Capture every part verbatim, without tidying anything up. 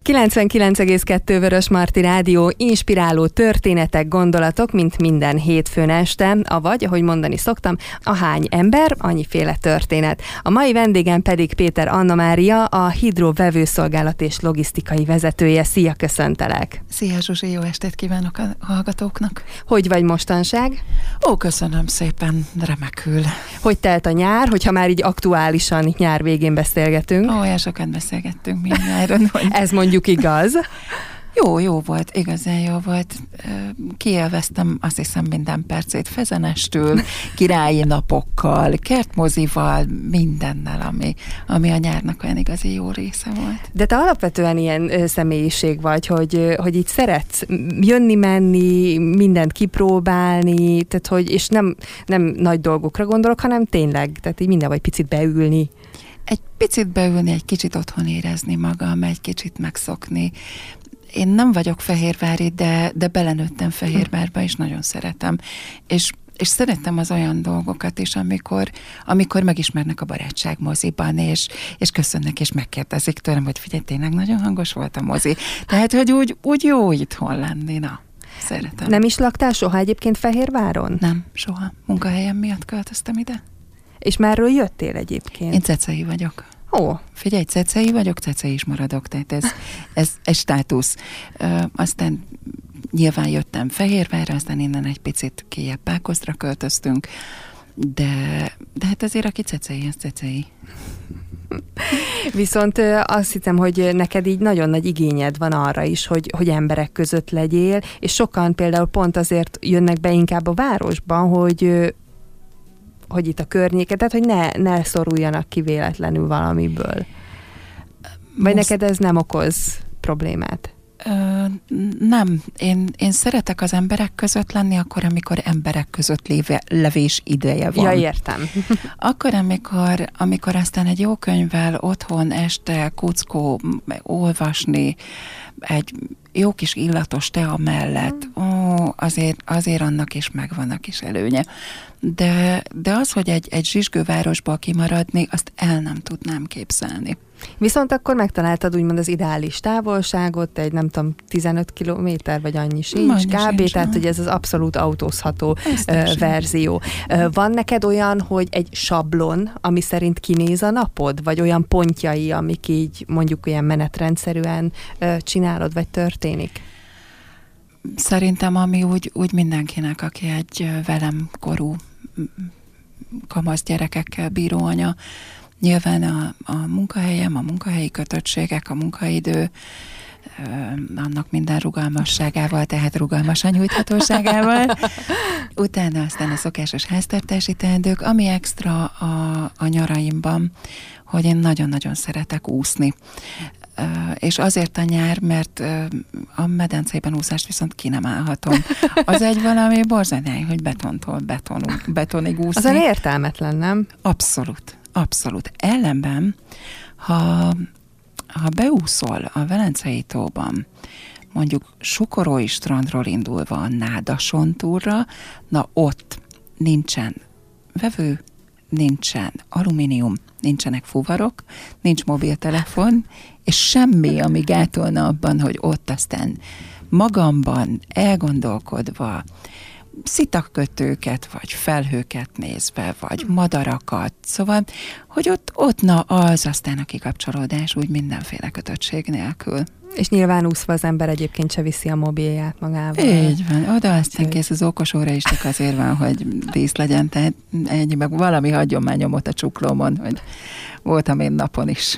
kilencvenkilenc egész kettő Vörösmarty Rádió, inspiráló történetek, gondolatok, mint minden hétfőn este, avagy, ahogy mondani szoktam, ahány ember, annyiféle történet. A mai vendégem pedig Péter Anna Mária, a Hidro vevőszolgálat és logisztikai vezetője. Szia, köszöntelek! Szia Zsuzsi, jó estét kívánok a hallgatóknak! Hogy vagy mostanság? Ó, köszönöm szépen, remekül. Hogy telt a nyár, hogyha már így aktuálisan itt nyár végén beszélgetünk? Ó, olyan sokat beszélgettünk mindjáron. Hogy... Ez mondjuk igaz. Jó, jó volt, igazán jó volt. Kielveztem azt hiszem minden percét fezenestül, királyi napokkal, kertmozival, mindennel, ami, ami a nyárnak olyan igazi jó része volt. De te alapvetően ilyen személyiség vagy, hogy, hogy így szeretsz jönni-menni, mindent kipróbálni, tehát hogy, és nem, nem nagy dolgokra gondolok, hanem tényleg, tehát így minden vagy picit beülni. Egy picit beülni, egy kicsit otthon érezni magam, egy kicsit megszokni. Én nem vagyok fehérvári, de, de belenőttem Fehérvárba, és nagyon szeretem. És, és szeretem az olyan dolgokat is, amikor, amikor megismernek a barátság moziban, és, és köszönnek, és megkérdezik tőlem, hogy figyelj, tényleg nagyon hangos volt a mozi. Tehát, hogy úgy, úgy jó itthon lenni, na. Szeretem. Nem is laktál soha egyébként Fehérváron? Nem, soha. Munkahelyem miatt költöztem ide. És merről jöttél egyébként? Én cecei vagyok. Ó. Figyelj, cecei vagyok, cecei is maradok, tehát ez, ez, ez státusz. Ö, aztán nyilván jöttem Fehérvárra, aztán innen egy picit kijebb Pákoztra költöztünk, de, de hát azért aki cecei, az cecei. Viszont azt hiszem, hogy neked így nagyon nagy igényed van arra is, hogy, hogy emberek között legyél, és sokan például pont azért jönnek be inkább a városban, hogy hogy itt a környéket, tehát hogy ne, ne szoruljanak ki véletlenül valamiből. Vagy Most... neked ez nem okoz problémát? Ö, nem. Én, én szeretek az emberek között lenni, akkor, amikor emberek között léve, levés ideje van. Ja, értem. Akkor, amikor, amikor aztán egy jó könyvvel otthon este kuckó olvasni, egy jó kis illatos tea mellett, ó, azért, azért annak is megvan a kis előnye. De, de az, hogy egy, egy zsizsgővárosból kimaradni, azt el nem tudnám képzelni. Viszont akkor megtaláltad úgymond az ideális távolságot, egy nem tudom, tizenöt kilométer, vagy annyi sincs, kb. Tehát, hogy ez az abszolút autózható uh, verzió. Uh, van neked olyan, hogy egy sablon, ami szerint kinéz a napod? Vagy olyan pontjai, amik így mondjuk olyan menetrendszerűen uh, csinálod, vagy történik? Szerintem, ami úgy, úgy mindenkinek, aki egy velem korú kamasz gyerekekkel bíró anya, nyilván a, a munkahelyem, a munkahelyi kötöttségek, a munkaidő, annak minden rugalmasságával, tehát rugalmas nyújthatóságával. Utána aztán a szokásos háztartási teendők, ami extra a, a nyaraimban, hogy én nagyon-nagyon szeretek úszni. Uh, és azért a nyár, mert uh, a medencében úszást viszont ki nem állhatom. Az egy valami borzalmas, hogy betontól betonul, betonig úszni. Azon értelmetlen, nem? Abszolút, abszolút. Ellenben, ha, ha beúszol a Velencei tóban, mondjuk Sukorói strandról indulva a Nádason túlra, na ott nincsen vevő, nincsen alumínium, nincsenek fuvarok, nincs mobiltelefon, és semmi, ami gátolna abban, hogy ott aztán magamban elgondolkodva szitakkötőket, vagy felhőket nézve, vagy madarakat, szóval, hogy ott, ott na az aztán a kikapcsolódás úgy mindenféle kötöttség nélkül. És nyilván úszva az ember egyébként se viszi a mobilját magával. Így van, oda aztán kész az okos óra is, csak azért van, hogy dísz legyen, tehát ennyi, meg valami hagyományomot a csuklómon, hogy voltam én napon is.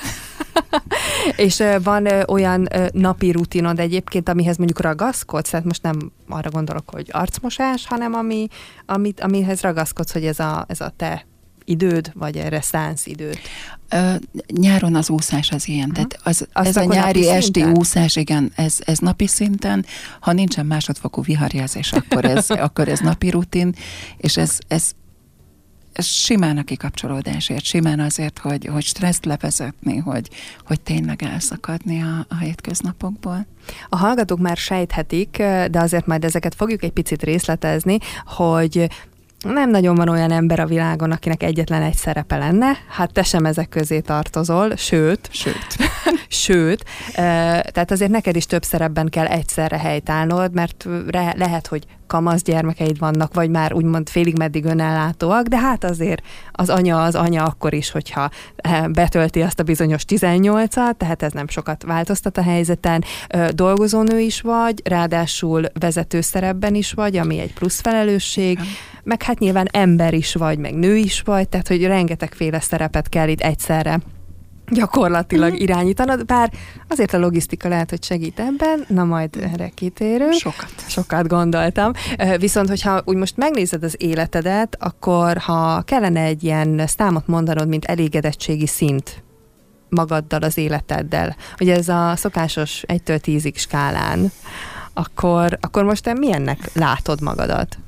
És van olyan napi rutinod egyébként, amihez mondjuk ragaszkodsz? Tehát most nem arra gondolok, hogy arcmosás, hanem ami, amit, amihez ragaszkodsz, hogy ez a, ez a te időd, vagy erre szánsz időt? Ö, nyáron az úszás az ilyen, tehát az, ez a nyári esti úszás, igen, ez, ez napi szinten, ha nincsen másodfokú viharjelzés, akkor ez, akkor ez napi rutin, és ez, ez, ez simán a kikapcsolódásért, simán azért, hogy, hogy stresszt levezetni, hogy, hogy tényleg elszakadni a, a hétköznapokból. A hallgatók már sejthetik, de azért majd ezeket fogjuk egy picit részletezni, hogy nem nagyon van olyan ember a világon, akinek egyetlen egy szerepe lenne. Hát te sem ezek közé tartozol, sőt. Sőt. Sőt, tehát azért neked is több szerepben kell egyszerre helytállnod, mert lehet, hogy kamasz gyermekeid vannak, vagy már úgymond félig meddig önellátóak, de hát azért az anya az anya akkor is, hogyha betölti azt a bizonyos tizennyolcat, tehát ez nem sokat változtat a helyzeten. Dolgozónő is vagy, ráadásul vezető szerepben is vagy, ami egy plusz felelősség, meg hát nyilván ember is vagy, meg nő is vagy, tehát hogy rengetegféle szerepet kell itt egyszerre gyakorlatilag mm-hmm. irányítanod, bár azért a logisztika lehet, hogy segít ebben, na majd erre kitérünk. Sokat. Sokat gondoltam. Viszont, hogyha úgy most megnézed az életedet, akkor ha kellene egy ilyen számot mondanod, mint elégedettségi szint magaddal, az életeddel, hogy ez a szokásos egytől tízig skálán, akkor, akkor most te milyennek látod magadat?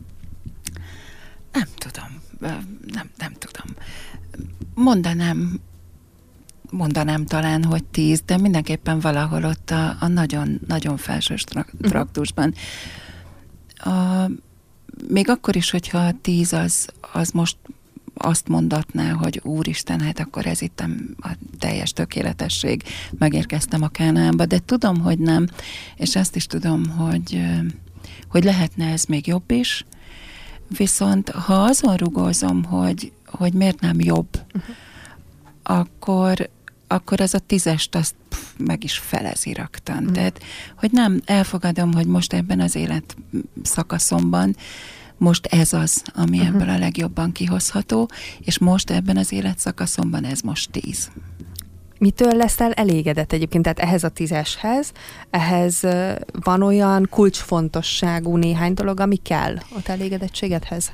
Nem tudom. Nem, nem tudom. Mondanám mondanám talán, hogy tíz, de mindenképpen valahol ott a, a nagyon, nagyon felső traktusban. A, még akkor is, hogyha a tíz az, az most azt mondatná, hogy úristen, hát akkor ez itt a teljes tökéletesség, megérkeztem a Kánaánba, de tudom, hogy nem, és azt is tudom, hogy, hogy lehetne ez még jobb is, viszont ha azon rugózom, hogy, hogy miért nem jobb, uh-huh. akkor akkor ez a tízest azt pff, meg is felezi rögtön. Mm. Tehát, hogy nem elfogadom, hogy most ebben az élet szakaszomban most ez az, ami uh-huh. ebből a legjobban kihozható, és most ebben az élet szakaszomban ez most tíz. Mitől leszel elégedett egyébként? Tehát ehhez a tízeshez, ehhez van olyan kulcsfontosságú néhány dolog, ami kell ott elégedettségedhez?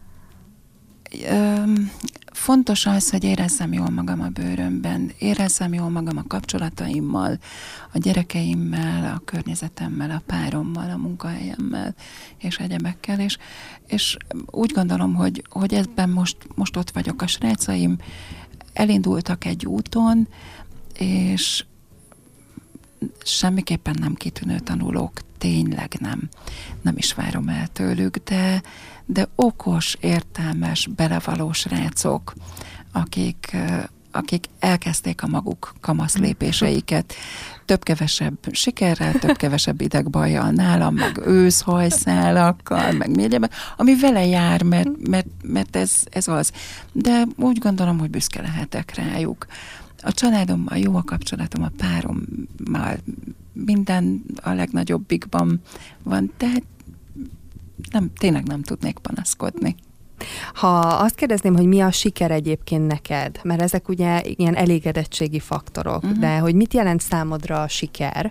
Öm, fontos az, hogy érezzem jól magam a bőrömben, érezzem jól magam a kapcsolataimmal, a gyerekeimmel, a környezetemmel, a párommal, a munkahelyemmel, és egyebekkel, és, és úgy gondolom, hogy, hogy ebben most, most ott vagyok. A srácaim elindultak egy úton, és semmiképpen nem kitűnő tanulók, tényleg nem. Nem is várom el tőlük, de, de okos, értelmes, belevalós srácok, akik, akik elkezdték a maguk kamasz lépéseiket, több-kevesebb sikerrel, több-kevesebb idegbajjal nálam, meg őszhajszálakkal, meg mindjárt, ami vele jár, mert, mert, mert ez, ez az. De úgy gondolom, hogy büszke lehetek rájuk. A családommal jó a kapcsolatom, a párommal minden a legnagyobbikban van, tehát nem, tényleg nem tudnék panaszkodni. Ha azt kérdezném, hogy mi a siker egyébként neked, mert ezek ugye ilyen elégedettségi faktorok, uh-huh. de hogy mit jelent számodra a siker,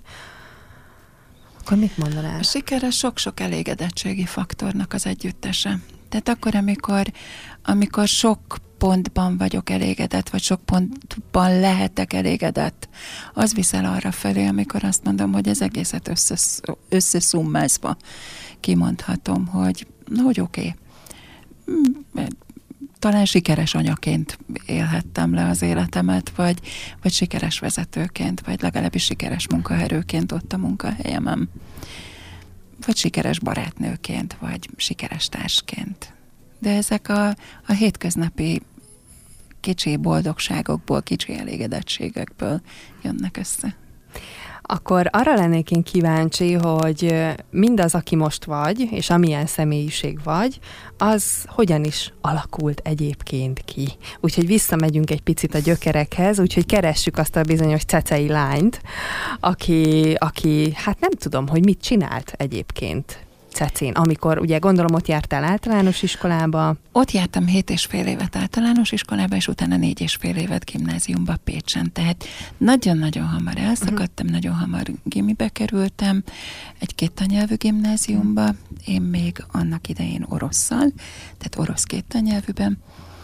akkor mit mondanál? A siker a sok-sok elégedettségi faktornak az együttese. Tehát akkor, amikor, amikor sok pontban vagyok elégedett, vagy sok pontban lehetek elégedett, az viszel arra felé, amikor azt mondom, hogy ez egészet összesz, összeszummázva kimondhatom, hogy, hogy oké, okay. Talán sikeres anyaként élhettem le az életemet, vagy, vagy sikeres vezetőként, vagy legalábbis sikeres munkaerőként ott a munkahelyemen, vagy sikeres barátnőként, vagy sikeres társként. De ezek a, a hétköznapi kicsi boldogságokból, kicsi elégedettségekből jönnek össze. Akkor arra lennék én kíváncsi, hogy mindaz, aki most vagy, és amilyen személyiség vagy, az hogyan is alakult egyébként ki. Úgyhogy visszamegyünk egy picit a gyökerekhez, úgyhogy keressük azt a bizonyos cecei lányt, aki, aki, hát nem tudom, hogy mit csinált egyébként Cecén, amikor ugye gondolom ott jártál általános iskolába. Ott jártam hét és fél évet általános iskolába, és utána négy és fél évet gimnáziumba Pécsen. Tehát nagyon-nagyon hamar elszakadtam, uh-huh. nagyon hamar gimibe kerültem, egy kéttanyelvű gimnáziumba, én még annak idején orosszal, tehát orosz kéttanyelvűben,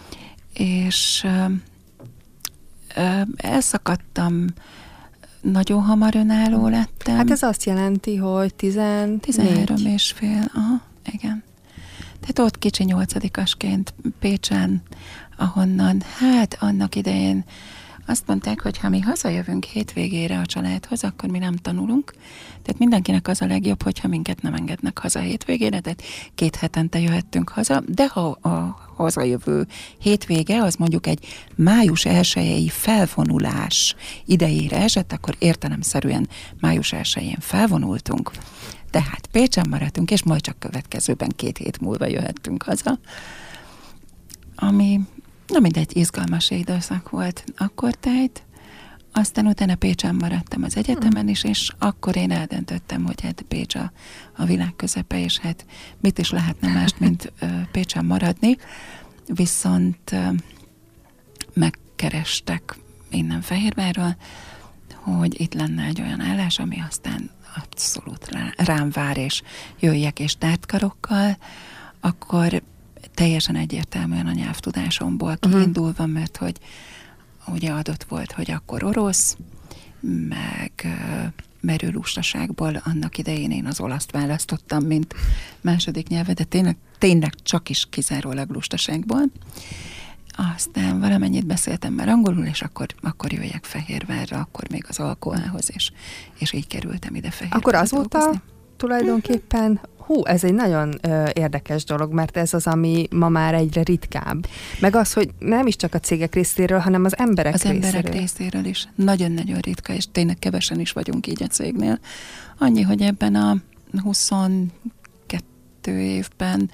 és ö, ö, elszakadtam, nagyon hamar önálló lettem. Hát ez azt jelenti, hogy tizennégy. tizenhárom és fél, aha, igen. Tehát ott kicsi nyolcadikasként Pécsen, ahonnan, hát annak idején azt mondták, hogy ha mi hazajövünk hétvégére a családhoz, akkor mi nem tanulunk. Tehát mindenkinek az a legjobb, hogyha minket nem engednek haza hétvégére, tehát két hetente jöhettünk haza, de ha a hazajövő hétvége, az mondjuk egy május elsejei felvonulás idejére esett, akkor értelemszerűen május elsején felvonultunk. Tehát Pécsen maradtunk, és majd csak következőben két hét múlva jöhettünk haza. Ami, na mindegy, izgalmas időszak volt akkor tájt. Aztán utána Pécsen maradtam az egyetemen is, és akkor én eldöntöttem, hogy hát Pécs a, a világ közepe, és hát mit is lehetne mást, mint uh, Pécsen maradni. Viszont uh, megkerestek innen Fehérvárról, hogy itt lenne egy olyan állás, ami aztán abszolút rá, rám vár, és jöjjek és tártkarokkal, akkor teljesen egyértelműen a nyelvtudásomból kiindulva, mert hogy ugye adott volt, hogy akkor orosz, meg uh, merő lustaságból annak idején én az olaszt választottam, mint második nyelve, de tényleg, tényleg csak is kizárólag lustaságból. Aztán valamennyit beszéltem már angolul, és akkor, akkor jöjjek Fehérvárra, akkor még az alkoholhoz, és, és így kerültem ide Fehérvárra. Akkor azóta tulajdonképpen, hú, ez egy nagyon ö, érdekes dolog, mert ez az, ami ma már egyre ritkább. Meg az, hogy nem is csak a cégek részéről, hanem az emberek az részéről. Az emberek részéről is. Nagyon-nagyon ritka, és tényleg kevesen is vagyunk így a cégnél. Annyi, hogy ebben a huszonkettő évben,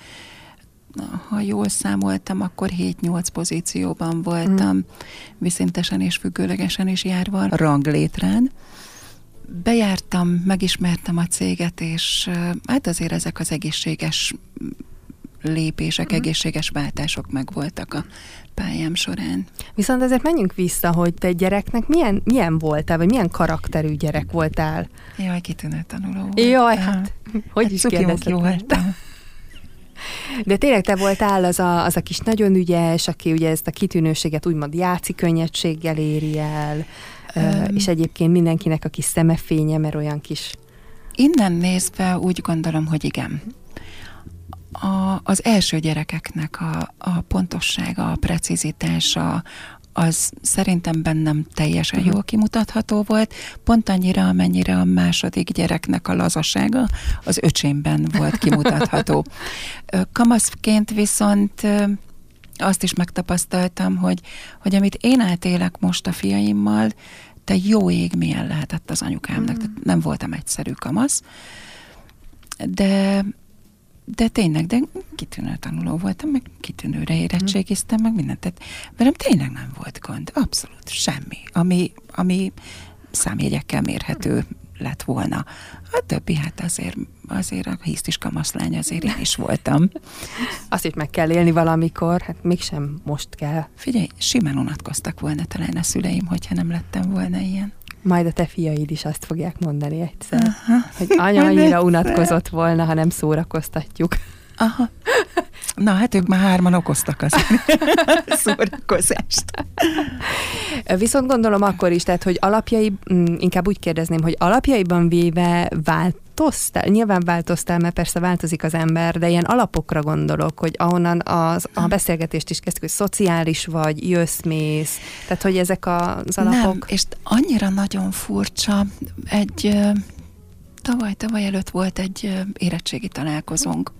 ha jól számoltam, akkor hét-nyolc pozícióban voltam, mm. viszintesen és függőlegesen is járva a ranglétrán. Bejártam, megismertem a céget, és hát azért ezek az egészséges lépések, mm. egészséges váltások megvoltak a pályám során. Viszont azért menjünk vissza, hogy te gyereknek milyen, milyen voltál, vagy milyen karakterű gyerek voltál? Jaj, kitűnő tanuló volt. Jaj, hát, hogy hát, is kérdezhetem? De tényleg te voltál az a, az a kis nagyon ügyes, aki ugye ezt a kitűnőséget úgymond játszi könnyedséggel éri el, um, és egyébként mindenkinek a kis szemefénye, mert olyan kis... Innen nézve úgy gondolom, hogy igen. A, az első gyerekeknek a, a pontossága, a precizitása, az szerintem bennem teljesen jól kimutatható volt, pont annyira, amennyire a második gyereknek a lazasága az öcsémben volt kimutatható. Kamaszként viszont azt is megtapasztaltam, hogy, hogy amit én átélek most a fiaimmal, te jó ég milyen lehetett az anyukámnak. Mm. Tehát nem voltam egyszerű kamasz, de De tényleg, de kitűnő tanuló voltam, meg kitűnőre érettségiztem, meg mindent. Tehát velem tényleg nem volt gond. Abszolút semmi, ami, ami számjegyekkel mérhető lett volna. A többi, hát azért, azért a hisztis kamaszlány azért én is voltam. Azt itt meg kell élni valamikor, hát mégsem most kell. Figyelj, simán unatkoztak volna talán a szüleim, hogyha nem lettem volna ilyen. Majd a te fiaid is azt fogják mondani egyszer, aha, hogy anya annyira unatkozott volna, ha nem szórakoztatjuk. Aha. Na, hát ők már hárman okoztak az szórakozást. Viszont gondolom akkor is, tehát, hogy alapjai, inkább úgy kérdezném, hogy alapjaiban véve változtál? Nyilván változtál, mert persze változik az ember, de ilyen alapokra gondolok, hogy ahonnan az, a beszélgetést is kezdtük, hogy szociális vagy, jössz, mész, tehát, hogy ezek az alapok... Nem, és annyira nagyon furcsa, egy tavaly, tavaly előtt volt egy érettségi találkozónk,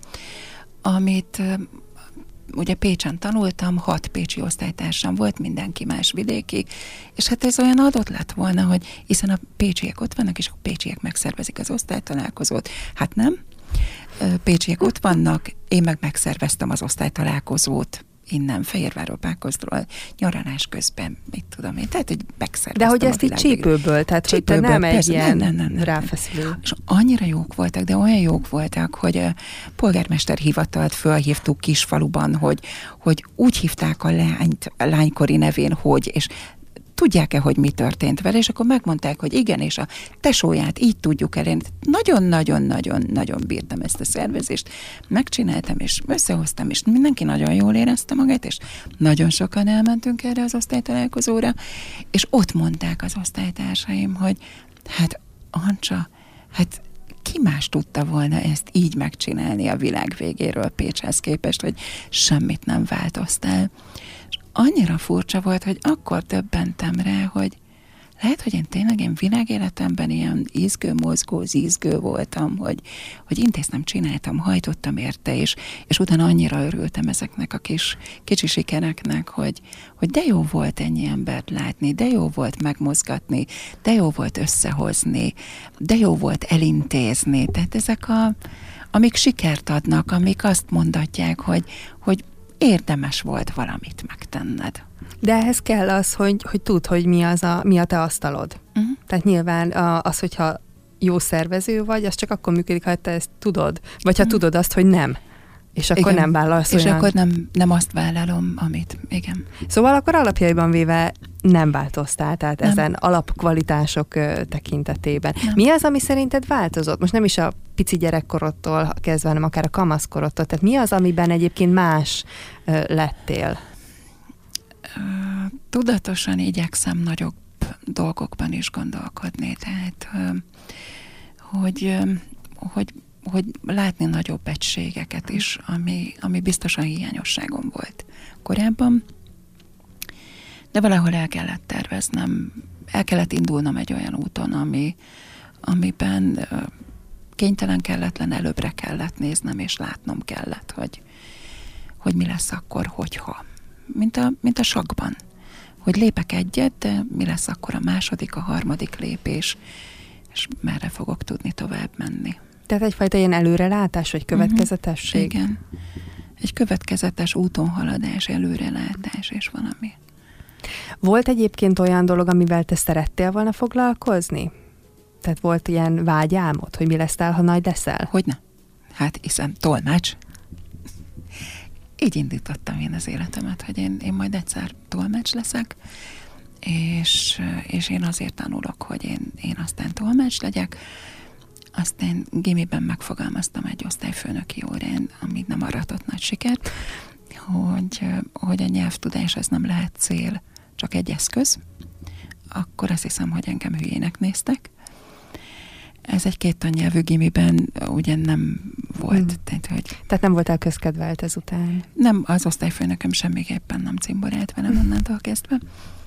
amit ugye Pécsen tanultam, hat pécsi osztálytársam volt, mindenki más vidéki, és hát ez olyan adott lett volna, hogy hiszen a pécsiek ott vannak, és a pécsiek megszervezik az osztálytalálkozót. Hát nem. Pécsiek ott vannak, én meg megszerveztem az osztálytalálkozót innen, Fehérvárról, Pákozdról, nyaralás közben, mit tudom én, tehát, hogy megszerveztem. De hogy ezt így csípőből, tehát csípőből, hogy te nem persze, egy ilyen nem, nem, nem, ráfeszülő. Nem. És annyira jók voltak, de olyan jók voltak, hogy a polgármester hivatalt fölhívtuk Kisfaluban, hogy, hogy úgy hívták a lányt, a lánykori nevén, hogy, és tudják-e, hogy mi történt vele, és akkor megmondták, hogy igen, és a tesóját így tudjuk elérni. Nagyon-nagyon-nagyon-nagyon bírtam ezt a szervezést. Megcsináltam, és összehoztam, és mindenki nagyon jól érezte magát, és nagyon sokan elmentünk erre az osztálytalálkozóra, és ott mondták az osztálytársaim, hogy hát Ancsa, hát ki más tudta volna ezt így megcsinálni a világ végéről Pécshez képest, hogy semmit nem változtál. Annyira furcsa volt, hogy akkor döbbentem rá, hogy lehet, hogy én tényleg én világéletemben ilyen izgő, mozgó, zizgő voltam, hogy, hogy intéztem, csináltam, hajtottam érte, és, és utána annyira örültem ezeknek a kis, kicsi sikereknek, hogy, hogy de jó volt ennyi embert látni, de jó volt megmozgatni, de jó volt összehozni, de jó volt elintézni. Tehát ezek a, amik sikert adnak, amik azt mondatják, hogy, hogy érdemes volt valamit megtenned. De ehhez kell az, hogy, hogy tudd, hogy mi, az a, mi a te asztalod. Uh-huh. Tehát nyilván az, hogyha jó szervező vagy, az csak akkor működik, ha te ezt tudod. Vagy ha uh-huh. tudod azt, hogy nem. És akkor igen. nem vállalsz És olyan... akkor nem, nem azt vállalom, amit... Igen. Szóval akkor alapjaiban véve nem változtál, tehát nem. ezen alapkvalitások ö, tekintetében. Nem. Mi az, ami szerinted változott? Most nem is a pici gyerekkorodtól kezdve, hanem akár a kamaszkorodtól. Tehát mi az, amiben egyébként más ö, lettél? Tudatosan igyekszem nagyobb dolgokban is gondolkodni, tehát hogy, hogy, hogy látni nagyobb egységeket is, ami, ami biztosan hiányosságom volt korábban, de valahol el kellett terveznem, el kellett indulnom egy olyan úton, ami, amiben kénytelen kelletlen, előbbre kellett néznem, és látnom kellett, hogy, hogy mi lesz akkor, hogyha. Mint a, mint a sakkban, hogy lépek egyet, de mi lesz akkor a második, a harmadik lépés, és merre fogok tudni tovább menni. Tehát egyfajta ilyen előrelátás, vagy következetesség? Uh-huh. Igen. Egy következetes úton haladás, előrelátás és valami. Volt egyébként olyan dolog, amivel te szerettél volna foglalkozni? Tehát volt ilyen vágyálmod, hogy mi leszel, ha nagy leszel? Hogyne? Hát hiszen tolmács. Így indítottam én az életemet, hogy én, én majd egyszer tolmács leszek, és, és én azért tanulok, hogy én, én aztán tolmács legyek. Aztán gimiben megfogalmaztam egy osztályfőnöki órán, amit nem aratott nagy sikert, hogy, hogy a nyelvtudás az nem lehet cél, csak egy eszköz. Akkor azt hiszem, hogy engem hülyének néztek. Ez egy két tannyelvű gimiben ugye nem volt. Hmm. Tehát, hogy tehát nem voltál közkedvelt ezután? Nem, az osztályfőnököm semmiképpen nem cimborált velem onnantól kezdve.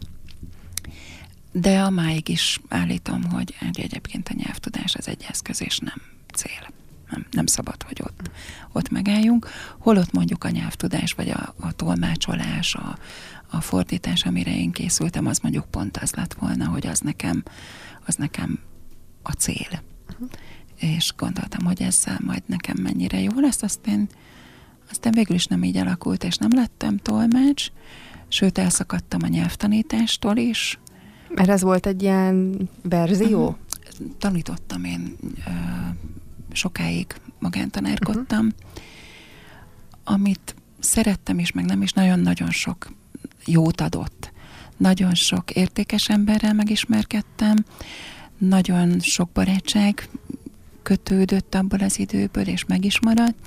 De a máig is állítom, hogy egyébként a nyelvtudás az egy eszköz, és nem cél. Nem, nem szabad, hogy ott, ott megálljunk. Holott mondjuk a nyelvtudás, vagy a, a tolmácsolás, a, a fordítás, amire én készültem, az mondjuk pont az lett volna, hogy az nekem, az nekem a cél. Uh-huh. És gondoltam, hogy ezzel majd nekem mennyire jó lesz, aztán, aztán végül is nem így alakult, és nem lettem tolmács, sőt elszakadtam a nyelvtanítástól is. Mert ez volt egy ilyen verzió? Uh-huh. Tanítottam én, uh, sokáig magántanárkodtam, uh-huh. amit szerettem is, meg nem is, nagyon-nagyon sok jót adott. Nagyon sok értékes emberrel megismerkedtem, nagyon sok barátság kötődött abból az időből, és meg is maradt.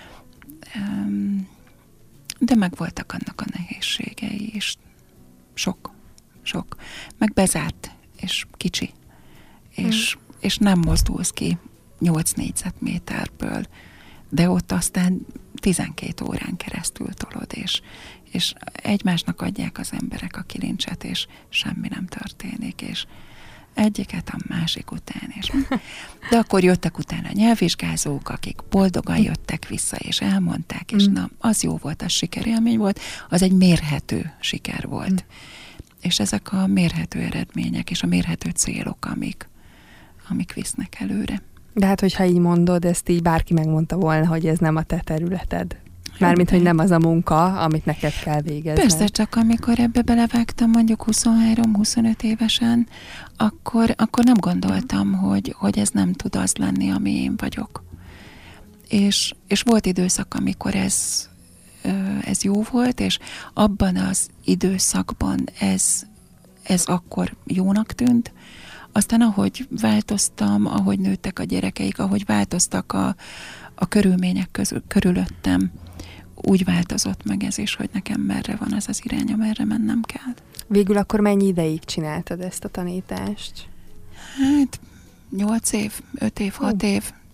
De meg voltak annak a nehézségei is. Sok, sok. Meg bezárt, és kicsi. És, hmm. és nem mozdulsz ki nyolc négyzetméterből, de ott aztán tizenkét órán keresztül tolod, és, és egymásnak adják az emberek a kilincset, és semmi nem történik, és egyiket a másik után. És de akkor jöttek utána nyelvvizsgázók, akik boldogan jöttek vissza, és elmondták, és mm. na, az jó volt, az sikerélmény volt, az egy mérhető siker volt. Mm. És ezek a mérhető eredmények, és a mérhető célok, amik, amik visznek előre. De hát, hogyha így mondod, ezt így bárki megmondta volna, hogy ez nem a te területed. Mármint, hogy nem az a munka, amit neked kell végezni. Persze, csak amikor ebbe belevágtam mondjuk huszonhárom-huszonöt évesen, akkor, akkor nem gondoltam, hogy, hogy ez nem tud az lenni, ami én vagyok. És, és volt időszak, amikor ez, ez jó volt, és abban az időszakban ez, ez akkor jónak tűnt. Aztán ahogy változtam, ahogy nőttek a gyerekeik, ahogy változtak a, a körülmények közül, körülöttem, úgy változott meg ez is, hogy nekem merre van ez az irány, amerre mennem kell. Végül akkor mennyi ideig csináltad ezt a tanítást? Hát nyolc év, öt év, hat év.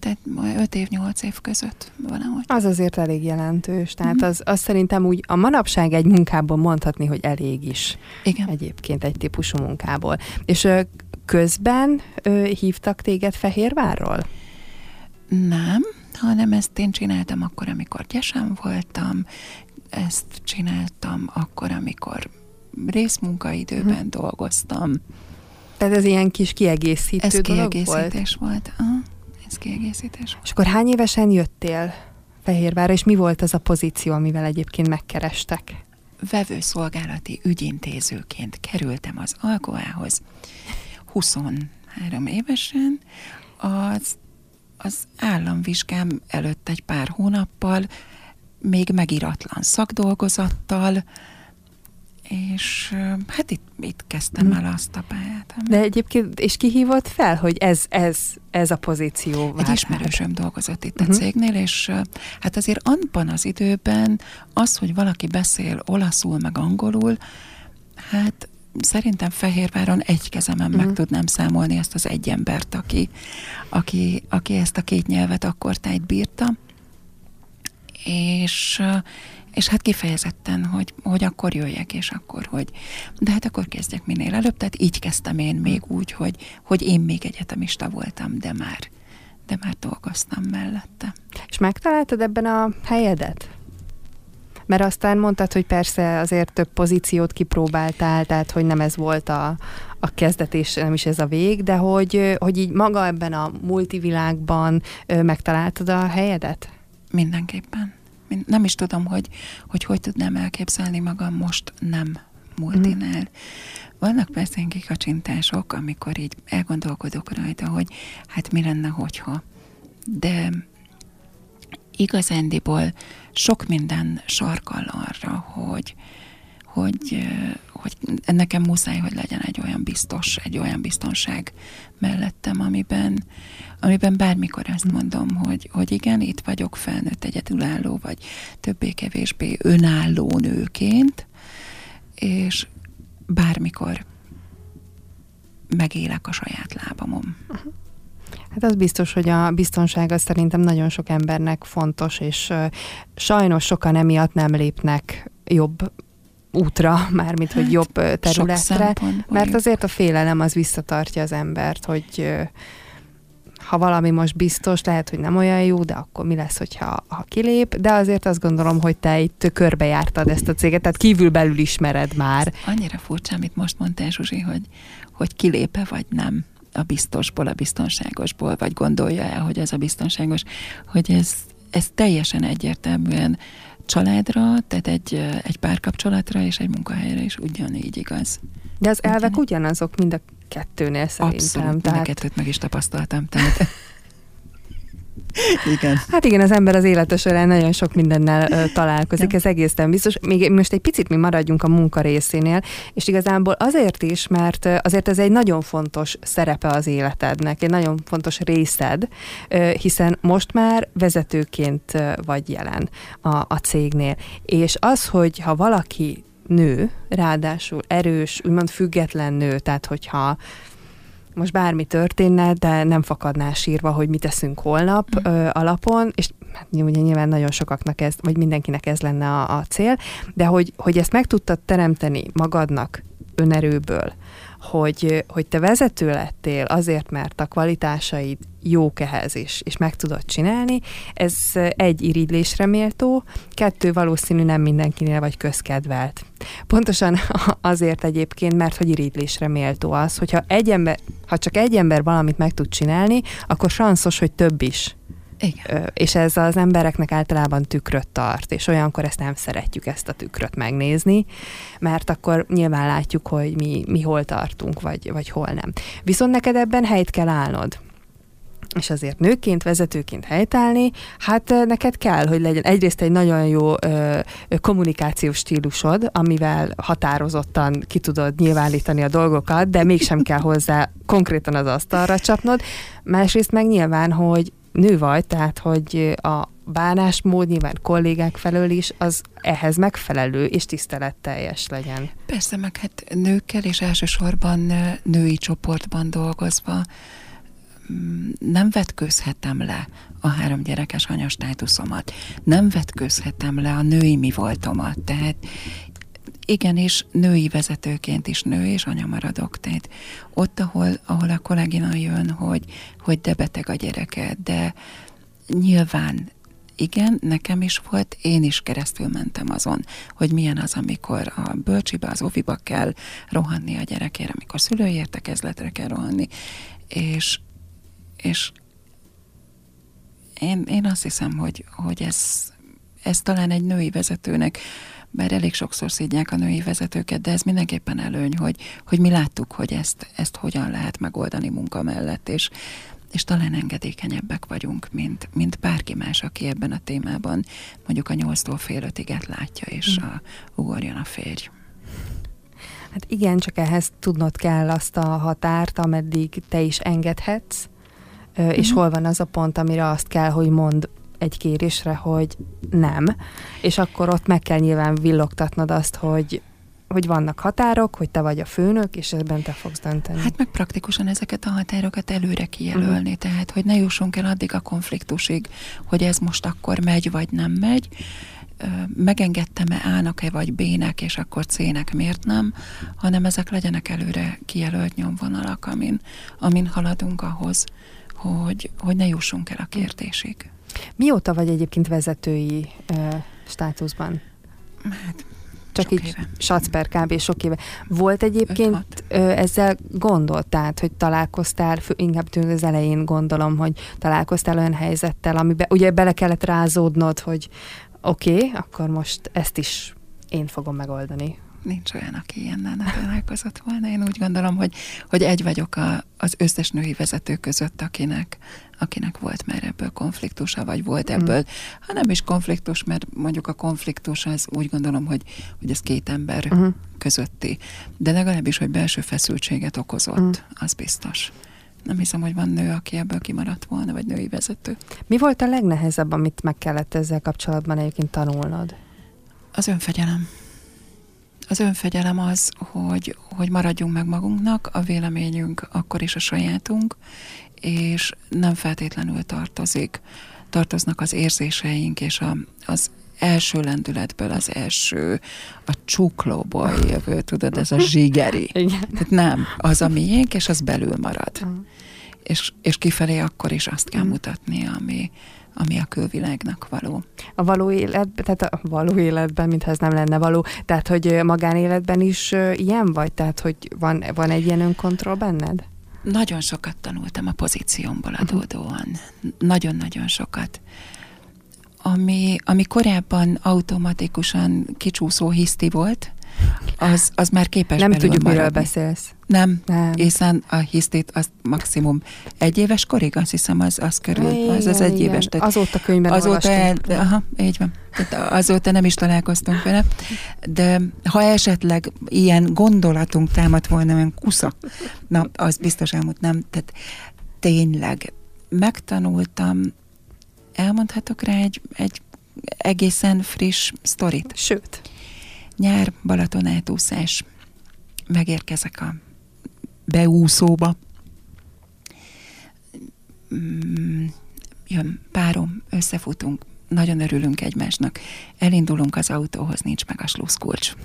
tehát öt év, nyolc év között valahogy. Az azért elég jelentős, tehát mm-hmm. az, az szerintem úgy a manapság egy munkából mondhatni, hogy elég is. Igen. Egyébként egy típusú munkából. És ö, közben ö, hívtak téged Fehérvárról? Nem, hanem ezt én csináltam akkor, amikor gyesen voltam, ezt csináltam akkor, amikor részmunkaidőben hmm. dolgoztam. Tehát ez ilyen kis kiegészítő ez dolog kiegészítés volt? volt. Aha, ez kiegészítés volt. És akkor hány évesen jöttél Fehérvárra, és mi volt az a pozíció, amivel egyébként megkerestek? Vevőszolgálati ügyintézőként kerültem az Alcoához huszonhárom évesen. Az, az államvizsgám előtt egy pár hónappal, még megiratlan szakdolgozattal, és hát itt, itt kezdtem hmm. el azt a pályát. De egyébként, és ki hívott fel, hogy ez, ez, ez a pozíció vár? Egy ismerősöm dolgozott itt uh-huh. a cégnél, és hát azért abban az időben az, hogy valaki beszél olaszul meg angolul, hát szerintem Fehérváron egy kezemen uh-huh. meg tudnám számolni azt az egy embert, aki, aki, aki ezt a két nyelvet akkortájt bírta, és És hát kifejezetten, hogy, hogy akkor jöjjek, és akkor, hogy de hát akkor kezdjek minél előbb. Tehát így kezdtem én még úgy, hogy, hogy én még egyetemista voltam, de már, de már dolgoztam mellette. És megtaláltad ebben a helyedet? Mert aztán mondtad, hogy persze azért több pozíciót kipróbáltál, tehát hogy nem ez volt a, a kezdet, és nem is ez a vég, de hogy, hogy így maga ebben a multivilágban megtaláltad a helyedet? Mindenképpen. Nem is tudom, hogy, hogy hogy tudnám elképzelni magam most nem multinál. Mm. Vannak persze ilyen kikacsintások, amikor így elgondolkodok rajta, hogy hát mi lenne, hogyha. De igazándiból sok minden sarkal arra, hogy, hogy, hogy nekem muszáj, hogy legyen egy olyan biztos, egy olyan biztonság mellettem, amiben, amiben bármikor azt mondom, hogy, hogy igen, itt vagyok felnőtt egyedülálló, vagy többé-kevésbé önálló nőként, és bármikor megélek a saját lábamon. Hát az biztos, hogy a biztonság az szerintem nagyon sok embernek fontos, és uh, sajnos sokan emiatt nem lépnek jobb útra, mármint, hát, hogy jobb területre, mert azért a félelem az visszatartja az embert, hogy uh, ha valami most biztos, lehet, hogy nem olyan jó, de akkor mi lesz, hogyha ha kilép, de azért azt gondolom, hogy te itt körbejártad ezt a céget, tehát kívülbelül ismered már. Annyira furcsa, amit most mondtál, Zsuzsi, hogy, hogy kilép-e vagy nem a biztosból, a biztonságosból, vagy gondolja el, hogy ez a biztonságos, hogy ez, ez teljesen egyértelműen családra, tehát egy, egy párkapcsolatra és egy munkahelyre is ugyanígy igaz. De az elvek ugyanígy ugyanazok mind a kettőnél szerintem. Abszolút, mind tehát... a kettőt meg is tapasztaltam, tehát... Igen. Hát igen, az ember az élete során nagyon sok mindennel ö, találkozik, ja. Ez egészen biztos. Még most egy picit mi maradjunk a munka részénél, és igazából azért is, mert azért ez egy nagyon fontos szerepe az életednek, egy nagyon fontos részed, ö, hiszen most már vezetőként vagy jelen a, a cégnél. És az, hogy ha valaki nő, ráadásul erős, úgymond független nő, tehát hogyha most bármi történne, de nem fakadnál sírva, hogy mit teszünk holnap mm. ö, alapon, és hát ugye nyilván nagyon sokaknak ez, vagy mindenkinek ez lenne a, a cél, de hogy, hogy ezt meg tudtad teremteni magadnak önerőből, hogy, hogy te vezető lettél azért, mert a kvalitásaid jók ehhez is, és meg tudod csinálni, ez egy, irigylésre méltó, kettő, valószínű nem mindenkinél vagy közkedvelt. Pontosan azért egyébként, mert hogy irigylésre méltó az, hogyha egy ember, ha csak egy ember valamit meg tud csinálni, akkor sanszos, hogy több is. Igen. És ez az embereknek általában tükröt tart, és olyankor ezt nem szeretjük, ezt a tükröt megnézni, mert akkor nyilván látjuk, hogy mi, mi hol tartunk, vagy, vagy hol nem. Viszont neked ebben helyt kell állnod. És azért nőként, vezetőként helytállni, hát neked kell, hogy legyen egyrészt egy nagyon jó ö, kommunikációs stílusod, amivel határozottan ki tudod nyilvánítani a dolgokat, de mégsem kell hozzá konkrétan az asztalra csapnod. Másrészt meg nyilván, hogy nő vagy, tehát hogy a bánásmód nyilván kollégák felől is, az ehhez megfelelő és tiszteletteljes legyen. Persze, meg hát nőkkel és elsősorban női csoportban dolgozva nem vetkőzhetem le a három gyerekes anyastátuszomat, nem vetkőzhetem le a női mi voltomat, tehát igenis női vezetőként is nő és anya maradok. Tehát ott, ahol, ahol a kollégina jön, hogy, hogy de beteg a gyereke, de nyilván igen, nekem is volt, én is keresztül mentem azon, hogy milyen az, amikor a bölcsibe, az oviba kell rohanni a gyerekére, amikor szülői értekezletre kell rohanni, és, és én, én azt hiszem, hogy, hogy ez, ez talán egy női vezetőnek, bár elég sokszor szídják a női vezetőket, de ez mindenképpen előny, hogy, hogy mi láttuk, hogy ezt, ezt hogyan lehet megoldani munka mellett, és, és talán engedékenyebbek vagyunk, mint, mint bárki más, aki ebben a témában mondjuk a nyolctól fél ötiget látja, és a, ugorjon a férj. Hát igen, csak ehhez tudnod kell azt a határt, ameddig te is engedhetsz, és uh-huh. hol van az a pont, amire azt kell, hogy mondd egy kérésre, hogy nem, és akkor ott meg kell nyilván villogtatnod azt, hogy, hogy vannak határok, hogy te vagy a főnök, és ebben te fogsz dönteni. Hát meg praktikusan ezeket a határokat előre kijelölni, uh-huh. tehát hogy ne jussunk el addig a konfliktusig, hogy ez most akkor megy, vagy nem megy, megengedtem-e A-nak-e vagy B-nek, és akkor C-nek miért nem, hanem ezek legyenek előre kijelölt nyomvonalak, amin, amin haladunk ahhoz, hogy, hogy ne jussunk el a kérdésig. Mióta vagy egyébként vezetői uh, státuszban? Hát, csak így éve. Sacper kb. Sok éve. Volt egyébként ö, ezzel gondol, tehát, hogy találkoztál, fő, inkább tűnő az elején gondolom, hogy találkoztál olyan helyzettel, amiben ugye bele kellett rázódnod, hogy oké, okay, akkor most ezt is én fogom megoldani. Nincs olyan, aki ilyennel ne találkozott volna. Én úgy gondolom, hogy, hogy egy vagyok a, az összes női vezető között, akinek, akinek volt már ebből konfliktusa, vagy volt ebből, mm. ha nem is konfliktus, mert mondjuk a konfliktus az úgy gondolom, hogy, hogy ez két ember mm. közötti. De legalábbis, hogy belső feszültséget okozott, mm. az biztos. Nem hiszem, hogy van nő, aki ebből kimaradt volna, vagy női vezető. Mi volt a legnehezebb, amit meg kellett ezzel kapcsolatban egyébként tanulnod? Az önfegyelem. Az önfegyelem az, hogy, hogy maradjunk meg magunknak, a véleményünk akkor is a sajátunk, és nem feltétlenül tartozik. Tartoznak az érzéseink, és a, az első lendületből, az első, a csuklóból jövő, tudod, ez a zsigeri. Tehát nem, az a miénk, és az belül marad. Uh-huh. És, és kifelé akkor is azt kell uh-huh. mutatni, ami, ami a külvilágnak való. A való életben, tehát a való életben, mintha ez nem lenne való, tehát hogy magánéletben is ilyen vagy? Tehát hogy van, van egy ilyen önkontroll benned? Nagyon sokat tanultam a pozíciómból adódóan. Uh-huh. Nagyon-nagyon sokat. Ami, ami korábban automatikusan kicsúszó hiszti volt, az, az már képes nem belül tudjuk, maradni. miről beszélsz. Nem, nem. Hiszen a hisztit az maximum egy éves korig, azt hiszem, az, az körül, igen, az az egy igen. éves. Tehát azóta könyvben azóta el, aha, így van. Tehát azóta nem is találkoztunk vele. De ha esetleg ilyen gondolatunk támadt volna, olyan kusza, na, az biztos elmúlt, nem. Tehát tényleg megtanultam, elmondhatok rá egy, egy egészen friss sztorit. Sőt. Nyár, Balaton átúszás. Megérkezek a beúszóba. Jön párom, összefutunk, nagyon örülünk egymásnak. Elindulunk az autóhoz, nincs meg a sluszkulcs.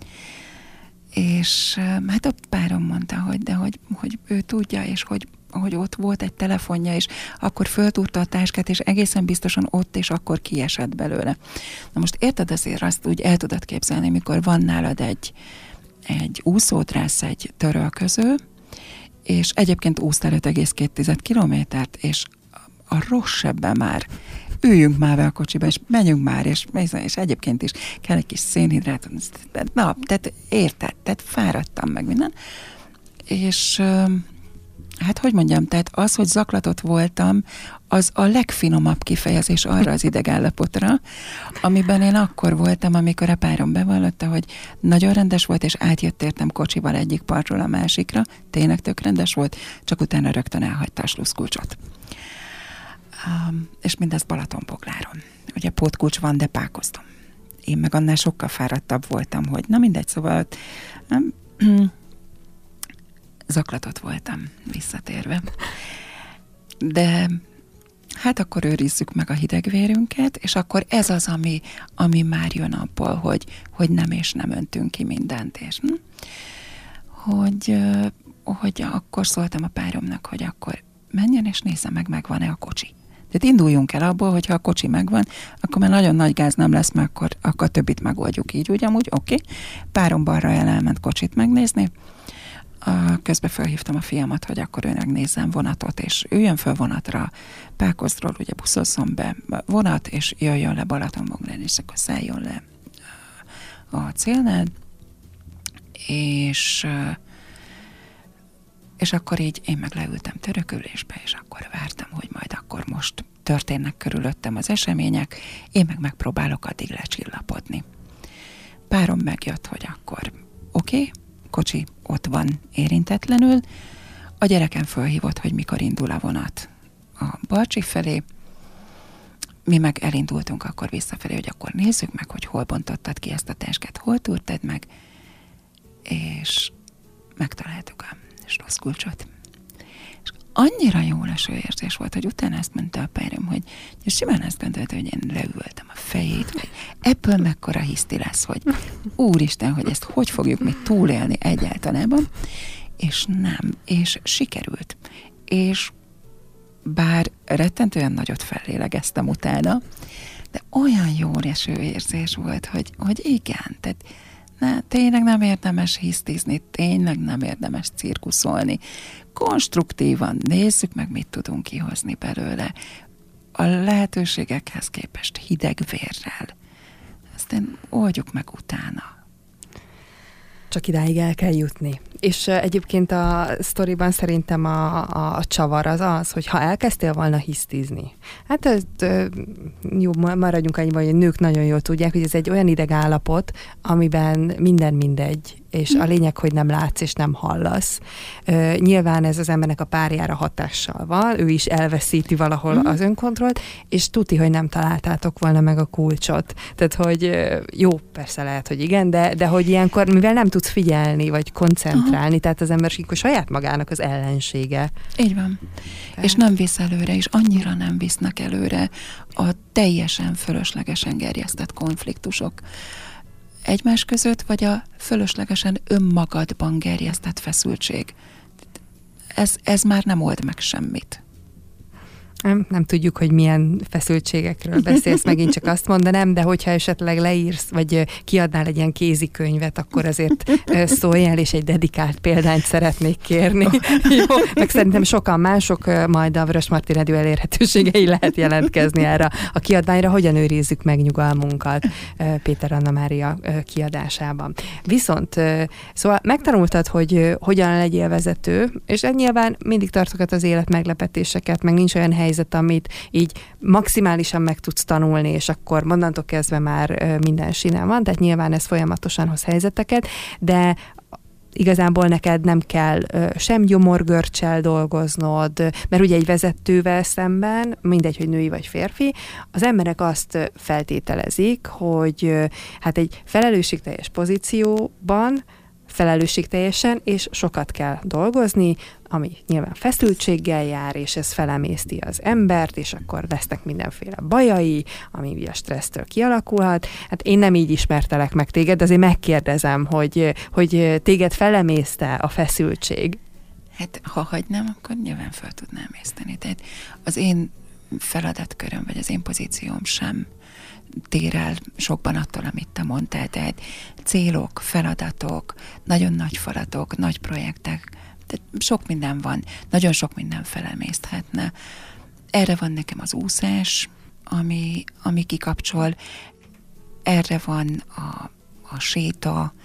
És hát a párom mondta, hogy de hogy, hogy ő tudja, és hogy hogy ott volt egy telefonja, és akkor föltúrta a táskát, és egészen biztosan ott, és akkor kiesett belőle. Na most érted, azért azt úgy el tudod képzelni, mikor van nálad egy, egy úszódrász, egy törölköző, és egyébként úsztál öt egész két kilométert, és a rosszabbban már üljünk már be a kocsiba, és menjünk már, és, és egyébként is kell egy kis szénhidrát. Na, tehát érted, tehát fáradtam meg minden. És hát, hogy mondjam, tehát az, hogy zaklatott voltam, az a legfinomabb kifejezés arra az idegállapotra, amiben én akkor voltam, amikor a párom bevallotta, hogy nagyon rendes volt, és átjött értem kocsival egyik partról a másikra, tényleg tök rendes volt, csak utána rögtön elhagyta a sluszkulcsot. Um, és mindez Balatonbogláron. Ugye pótkulcs van, de pákoztam. Én meg annál sokkal fáradtabb voltam, hogy na mindegy, szóval um, zaklatott voltam, visszatérve. de hát akkor őrizzük meg a hidegvérünket, és akkor ez az, ami, ami már jön abból, hogy, hogy nem és nem öntünk ki mindent, és hm? hogy, hogy akkor szóltam a páromnak, hogy akkor menjen és nézze meg, megvan-e a kocsi. Tehát induljunk el abból, hogyha a kocsi megvan, akkor már nagyon nagy gáz nem lesz, mert akkor, akkor többit megoldjuk így, ugyanúgy, oké. Okay. Párom balra el elment kocsit megnézni, a, közben felhívtam a fiamat, hogy akkor ő megnézzen vonatot, és üljön föl vonatra, Pákozdról ugye buszozzon be vonat, és jöjjön le Balatonbográd, és akkor szálljon le a célnál, és és akkor így én meg leültem törökülésbe, és akkor vártam, hogy majd akkor most történnek körülöttem az események, én meg megpróbálok addig lecsillapodni. Párom megjött, hogy akkor oké, okay, kocsi ott van érintetlenül, a gyerekem fölhívott, hogy mikor indul a vonat a Balcsi felé, mi meg elindultunk akkor visszafelé, hogy akkor nézzük meg, hogy hol bontottad ki ezt a táskát, hol túrtad meg, és megtaláltuk a rossz kulcsot. És annyira jó leső érzés volt, hogy utána ezt mondta a párom, hogy simán azt gondolta, hogy én leültem a fejét, hogy ebből mekkora hiszti lesz, hogy úristen, hogy ezt hogy fogjuk mi túlélni egyáltalában, és nem, és sikerült. És bár rettentően nagyot fellélegeztem utána, de olyan jó leső érzés volt, hogy, hogy igen, tehát ne, tényleg nem érdemes hisztizni, tényleg nem érdemes cirkuszolni. Konstruktívan nézzük meg, mit tudunk kihozni belőle. A lehetőségekhez képest hideg vérrel. Aztán oldjuk meg utána. Csak idáig el kell jutni. És uh, egyébként a sztoriban szerintem a, a, a csavar az az, hogy ha elkezdtél volna hisztizni, hát ez, uh, jó, maradjunk annyiban, hogy nők nagyon jól tudják, hogy ez egy olyan idegállapot, amiben minden mindegy, és a lényeg, hogy nem látsz és nem hallasz. Uh, nyilván ez az embernek a párjára hatással van, ő is elveszíti valahol mm. az önkontrollt, és tuti, hogy nem találtátok volna meg a kulcsot. Tehát, hogy uh, jó, persze lehet, hogy igen, de, de hogy ilyenkor, mivel nem tudsz figyelni, vagy koncentrálni, Aha. tehát az ember saját magának az ellensége. Így van. Tehát. És nem visz előre, és annyira nem visznek előre a teljesen fölöslegesen gerjesztett konfliktusok egymás között, vagy a fölöslegesen önmagadban gerjesztett feszültség. Ez, ez már nem old meg semmit. Nem, nem tudjuk, hogy milyen feszültségekről beszélsz, megint csak azt mondanám, de hogyha esetleg leírsz, vagy kiadnál egy ilyen kézikönyvet, akkor azért szóljál, és egy dedikált példányt szeretnék kérni. Jó, meg szerintem sokan mások, majd a Vörösmarty Rádió elérhetőségei lehet jelentkezni erre a kiadványra, hogyan őrizzük meg nyugalmunkat Péter Anna Mária kiadásában. Viszont, szóval megtanultad, hogy hogyan legyél vezető, és nyilván mindig tartogat az élet meglepetéseket, meg nincs olyan helyzet, amit így maximálisan meg tudsz tanulni, és akkor monnantól kezdve már minden sinen van, tehát nyilván ez folyamatosan hoz helyzeteket, de igazából neked nem kell sem gyomorgörcsel dolgoznod, mert ugye egy vezetővel szemben, mindegy, hogy női vagy férfi, az emberek azt feltételezik, hogy hát egy felelősségteljes pozícióban felelősségteljesen, és sokat kell dolgozni, ami nyilván feszültséggel jár, és ez felemészti az embert, és akkor lesznek mindenféle bajai, ami a stressztől kialakulhat. Hát én nem így ismertelek meg téged, de azért megkérdezem, hogy, hogy téged felemészte a feszültség. Hát ha hagynám, akkor nyilván fel tudnám észteni. Tehát az én feladatköröm, vagy az én pozícióm sem tér el sokban attól, amit te mondtál. Tehát célok, feladatok, nagyon nagy falatok, nagy projektek, tehát sok minden van, nagyon sok minden felemészthetne. Erre van nekem az úszás, ami, ami kikapcsol, erre van a, a séta, a,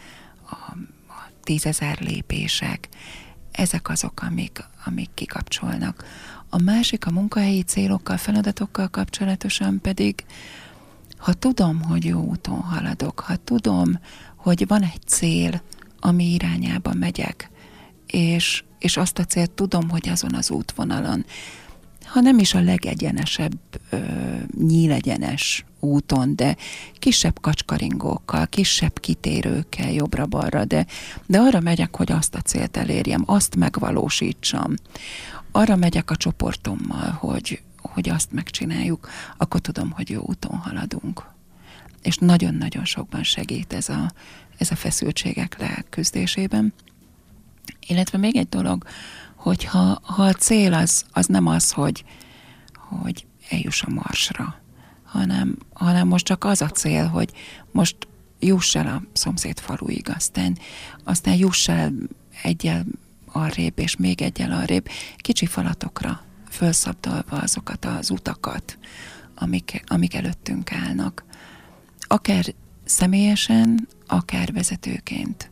a tízezer lépések, ezek azok, amik, amik kikapcsolnak. A másik a munkahelyi célokkal, feladatokkal kapcsolatosan pedig, ha tudom, hogy jó úton haladok, ha tudom, hogy van egy cél, ami irányába megyek, és, és azt a célt tudom, hogy azon az útvonalon, ha nem is a legegyenesebb, ö, nyílegyenes úton, de kisebb kacskaringókkal, kisebb kitérőkkel jobbra-balra, de, de arra megyek, hogy azt a célt elérjem, azt megvalósítsam. arra megyek a csoportommal, hogy, hogy azt megcsináljuk, akkor tudom, hogy jó úton haladunk. És nagyon-nagyon sokban segít ez a, ez a feszültségek leküzdésében. Illetve még egy dolog, hogy ha, ha a cél az, az nem az, hogy, hogy eljuss a Marsra, hanem, hanem most csak az a cél, hogy most juss el a szomszéd faluig, aztán, aztán juss el egyel arrébb, és még egyel arrébb, kicsi falatokra fölszabdalva azokat az utakat, amik, amik előttünk állnak. Akár személyesen, akár vezetőként,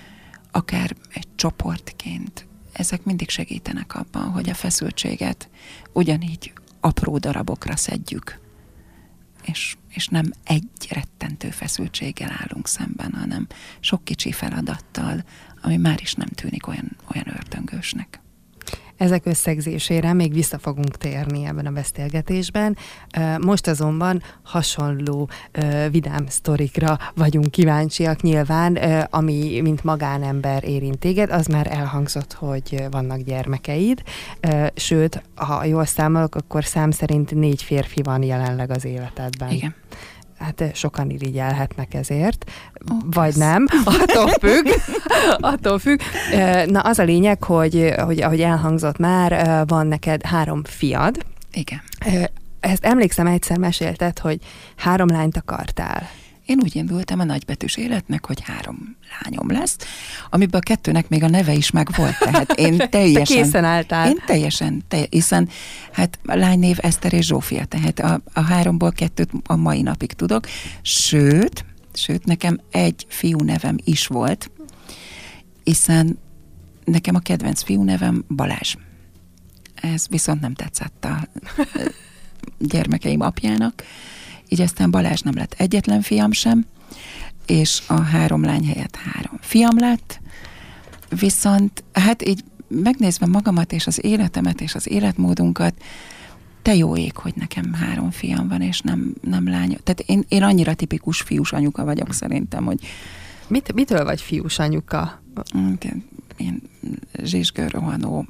akár egy csoportként. Ezek mindig segítenek abban, hogy a feszültséget ugyanígy apró darabokra szedjük, és, és nem egy rettentő feszültséggel állunk szemben, hanem sok kicsi feladattal, ami már is nem tűnik olyan, olyan ördöngősnek. Ezek összegzésére még vissza fogunk térni ebben a beszélgetésben. Most azonban hasonló vidám sztorikra vagyunk kíváncsiak nyilván, ami mint magánember érint téged, az már elhangzott, hogy vannak gyermekeid, sőt, ha jól számolok, akkor szám szerint négy férfi van jelenleg az életedben. Igen. Hát sokan irigyelhetnek ezért, oh, vagy ez. Nem, attól függ, attól függ. Na az a lényeg, hogy, hogy ahogy elhangzott már, van neked három fiad. Igen. Ezt emlékszem, egyszer mesélted, hogy három lányt akartál. Én úgy indultam a nagybetűs életnek, hogy három lányom lesz, amiben a kettőnek még a neve is megvolt, tehát én teljesen... Te készen álltál. Én teljesen, te, hiszen hát a lánynév Eszter és Zsófia, tehát a, a háromból kettőt a mai napig tudok, sőt, sőt, nekem egy fiú nevem is volt, hiszen nekem a kedvenc fiú nevem Balázs. Ez viszont nem tetszett a gyermekeim apjának, így aztán Balázs nem lett egyetlen fiam sem, és a három lány helyett három fiam lett, viszont hát így megnézve magamat és az életemet és az életmódunkat, te jó ég, hogy nekem három fiam van, és nem, nem lány. Tehát én, én annyira tipikus fiús anyuka vagyok szerintem, hogy... Mit, mitől vagy fiús anyuka? Én zsizsgő, rohanó,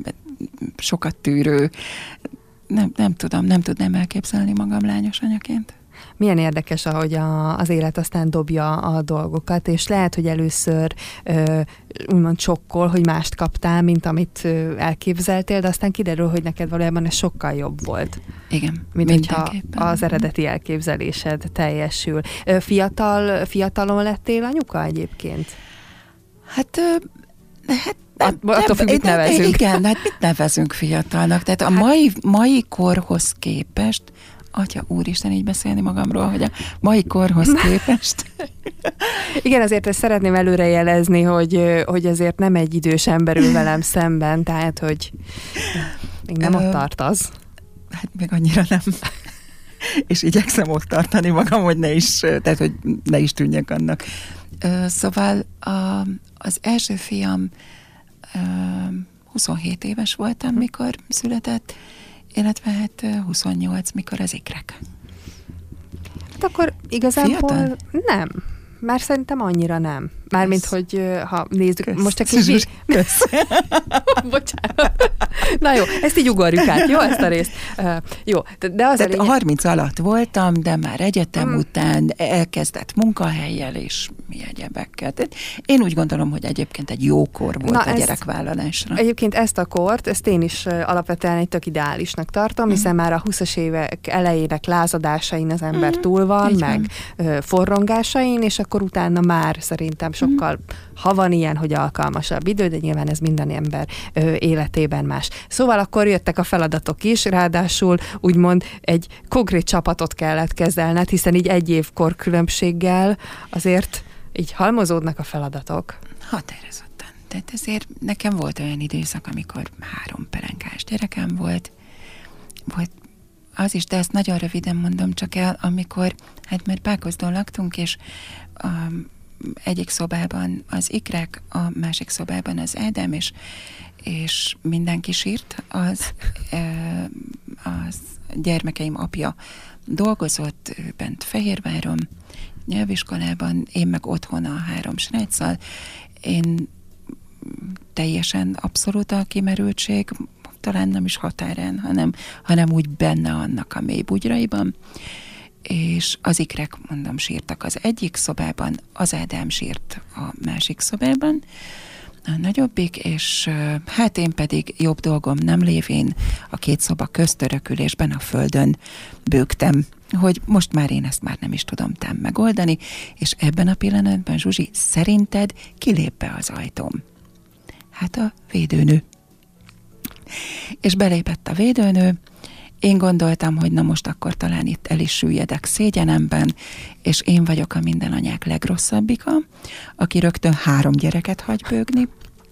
sokat tűrő, Nem, nem tudom, nem tudnám elképzelni magam lányos anyaként. Milyen érdekes, ahogy a, az élet aztán dobja a dolgokat, és lehet, hogy először ö, úgymond sokkol, hogy mást kaptál, mint amit ö, elképzeltél, de aztán kiderül, hogy neked valójában ez sokkal jobb volt. Igen, mint hogyha az eredeti elképzelésed teljesül. Fiatal, fiatalon lettél anyuka egyébként? Hát... Ö, hát Nem, attól függ, mit nevezünk. Igen, hát mit nevezünk fiatalnak? Tehát a mai, mai korhoz képest, atya úristen, így beszélni magamról, hogy a mai korhoz képest. Igen, azért ezt szeretném előrejelezni, hogy, hogy azért nem egy idős ember ül velem szemben, tehát, hogy még nem ott tartasz. Hát még annyira nem. És igyekszem ott tartani magam, hogy ne is, tehát, hogy ne is tűnjek annak. Szóval a, az első fiam huszonhét éves voltam, mikor született, illetve hát huszonnyolc, mikor az ikrek. Hát akkor igazából Fiatal? Nem. Már szerintem annyira nem. Mármint, hogy ha nézzük, Kösz. most csak így... Kösz. Bocsánat. Na jó, ezt így ugorjuk át, jó, ezt a részt? Uh, jó, de az Tehát a lényeg... harminc alatt voltam, de már egyetem mm. után elkezdett munkahelyjel és mi egyebekkel. Tehát én úgy gondolom, hogy egyébként egy jó kor volt Na a gyerekvállalásra. Egyébként ezt a kort, ezt én is alapvetően egy tök ideálisnak tartom, mm. hiszen már a huszas évek elejének lázadásain az ember mm. túl van, így meg van. forrongásain, és akkor utána már szerintem sokkal, mm. ha van ilyen, hogy alkalmasabb idő, de nyilván ez minden ember ö, életében más. Szóval akkor jöttek a feladatok is, ráadásul úgymond egy konkrét csapatot kellett kezelned, hiszen így egy év korkülönbséggel azért így halmozódnak a feladatok. Határozottan. Tehát ezért nekem volt olyan időszak, amikor három pelenkás gyerekem volt, volt az is, de ezt nagyon röviden mondom csak el, amikor, hát mert Pákozdon laktunk, és um, egyik szobában az ikrek, a másik szobában az Ádám, és, és mindenki sírt, az, az gyermekeim apja dolgozott, ő bent Fehérváron, nyelviskolában, én meg otthon a három sráccal. Én teljesen abszolút a kimerültség, talán nem is határán, hanem, hanem úgy benne annak a mély bugyraiban, és az ikrek, mondom, sírtak az egyik szobában, az Ádám sírt a másik szobában, a nagyobbik, és hát én pedig jobb dolgom nem lévén a két szoba köztörökülésben a földön bőgtem, hogy most már én ezt már nem is tudom tám megoldani, és ebben a pillanatban, Zsuzsi, szerinted kilép be az ajtóm? Hát a védőnő. És belépett a védőnő, én gondoltam, hogy na most akkor talán itt el is süllyedek szégyenemben, és én vagyok a minden anyák legrosszabbika, aki rögtön három gyereket hagy bőgni.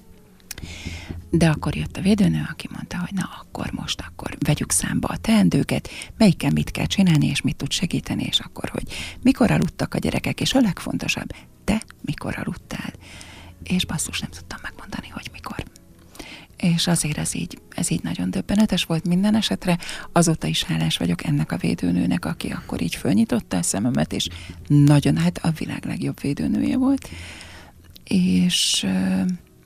De akkor jött a védőnő, aki mondta, hogy na akkor most, akkor vegyük számba a teendőket, melyikkel mit kell csinálni, és mit tud segíteni, és akkor, hogy mikor aludtak a gyerekek, és a legfontosabb, te mikor aludtál. És basszus, nem tudtam megmondani, hogy mikor. És azért ez így, ez így nagyon döbbenetes volt minden esetre. Azóta is hálás vagyok ennek a védőnőnek, aki akkor így fölnyitotta a szememet, és nagyon, hát a világ legjobb védőnője volt. És ö,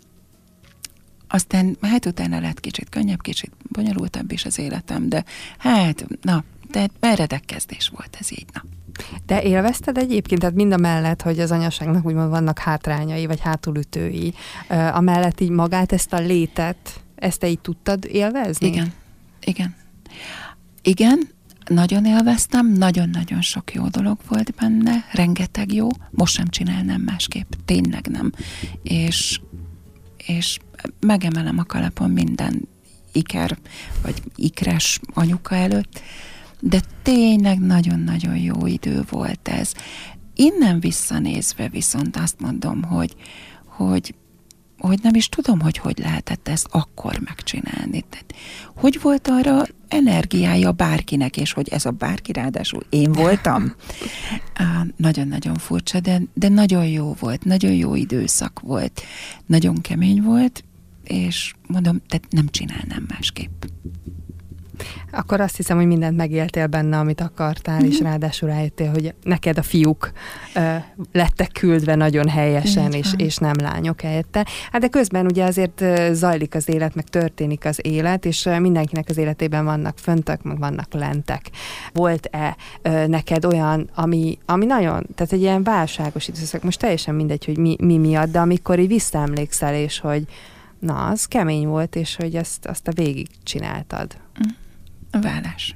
aztán, hát utána lett kicsit könnyebb, kicsit bonyolultabb is az életem, de hát, na, de meredek kezdés volt ez így, na. De élvezted egyébként, tehát mind a mellett, hogy az anyaságnak úgymond vannak hátrányai, vagy hátulütői, amellett így magát, ezt a létet, ezt te így tudtad élvezni? Igen, igen. Igen, nagyon élveztem, nagyon-nagyon sok jó dolog volt benne, rengeteg jó, most sem csinálnám másképp, tényleg nem. És, és megemelem a kalapon minden iker, vagy ikres anyuka előtt, de tényleg nagyon-nagyon jó idő volt ez. Innen visszanézve viszont azt mondom, hogy, hogy, hogy nem is tudom, hogy hogy lehetett ezt akkor megcsinálni. Tehát, hogy volt arra energiája bárkinek, és hogy ez a bárki ráadásul én voltam? Nagyon-nagyon furcsa, de, de nagyon jó volt, nagyon jó időszak volt, nagyon kemény volt, és mondom, tehát nem csinálnám másképp. Akkor azt hiszem, hogy mindent megéltél benne, amit akartál, mm-hmm. és ráadásul rájöttél, hogy neked a fiúk ö, lettek küldve nagyon helyesen, és, és nem lányok helyette. Hát de közben ugye azért zajlik az élet, meg történik az élet, és mindenkinek az életében vannak föntök, meg vannak lentek. Volt-e ö, neked olyan, ami, ami nagyon, tehát egy ilyen válságos időszak, most teljesen mindegy, hogy mi, mi miatt, de amikor így visszaemlékszel, és hogy na, az kemény volt, és hogy ezt, azt a végig csináltad. A vállás.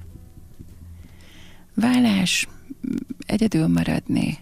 Vállás, egyedül maradni,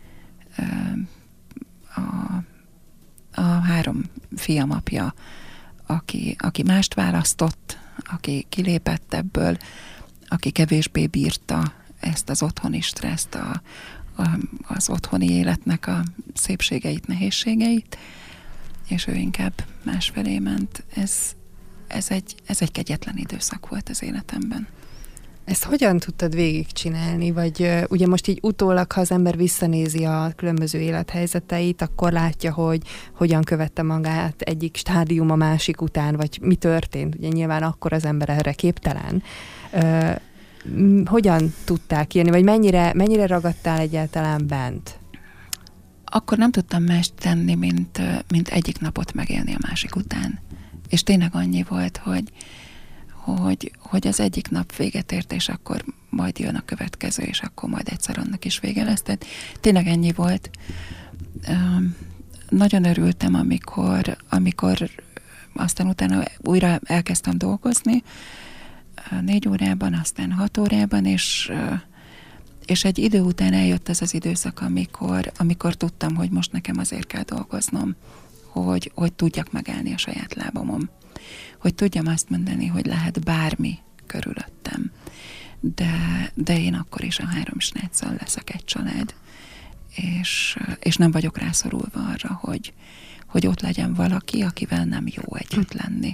a, a három fiam apja, aki, aki mást választott, aki kilépett ebből, aki kevésbé bírta ezt az otthoni stresszt, a, a, az otthoni életnek a szépségeit, nehézségeit, és ő inkább másfelé ment. Ez, ez, egy, ez egy kegyetlen időszak volt az életemben. Ezt hogyan tudtad végigcsinálni? Vagy uh, ugye most így utólag, ha az ember visszanézi a különböző élethelyzeteit, akkor látja, hogy hogyan követte magát egyik stádium a másik után, vagy mi történt. Ugye nyilván akkor az ember erre képtelen. Uh, hogyan tudtál kijönni, vagy mennyire, mennyire ragadtál egyáltalán bent? Akkor nem tudtam más tenni, mint, mint egyik napot megélni a másik után. És tényleg annyi volt, hogy, hogy, hogy az egyik nap véget ért, és akkor majd jön a következő, és akkor majd egyszer annak is vége lesz. Tehát tényleg ennyi volt. Um, nagyon örültem, amikor, amikor aztán utána újra elkezdtem dolgozni, négy órában, aztán hat órában, és És egy idő után eljött ez az időszak, amikor, amikor tudtam, hogy most nekem azért kell dolgoznom, hogy, hogy tudjak megállni a saját lábamon. Hogy tudjam azt mondani, hogy lehet bármi körülöttem. De, de én akkor is a három sráccal leszek egy család. És, és nem vagyok rászorulva arra, hogy, hogy ott legyen valaki, akivel nem jó együtt lenni.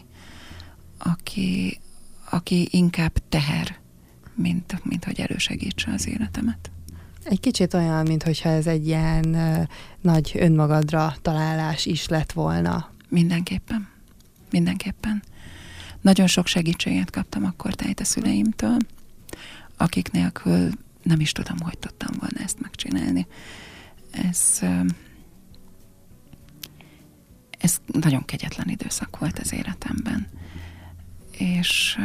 Aki, aki inkább teher, mint, mint hogy elősegítse az életemet. Egy kicsit olyan, mintha ez egy ilyen uh, nagy önmagadra találás is lett volna. Mindenképpen. Mindenképpen. Nagyon sok segítséget kaptam akkor a szüleimtől, akik nélkül nem is tudom, hogy tudtam volna ezt megcsinálni. Ez, uh, ez nagyon kegyetlen időszak volt az életemben. és,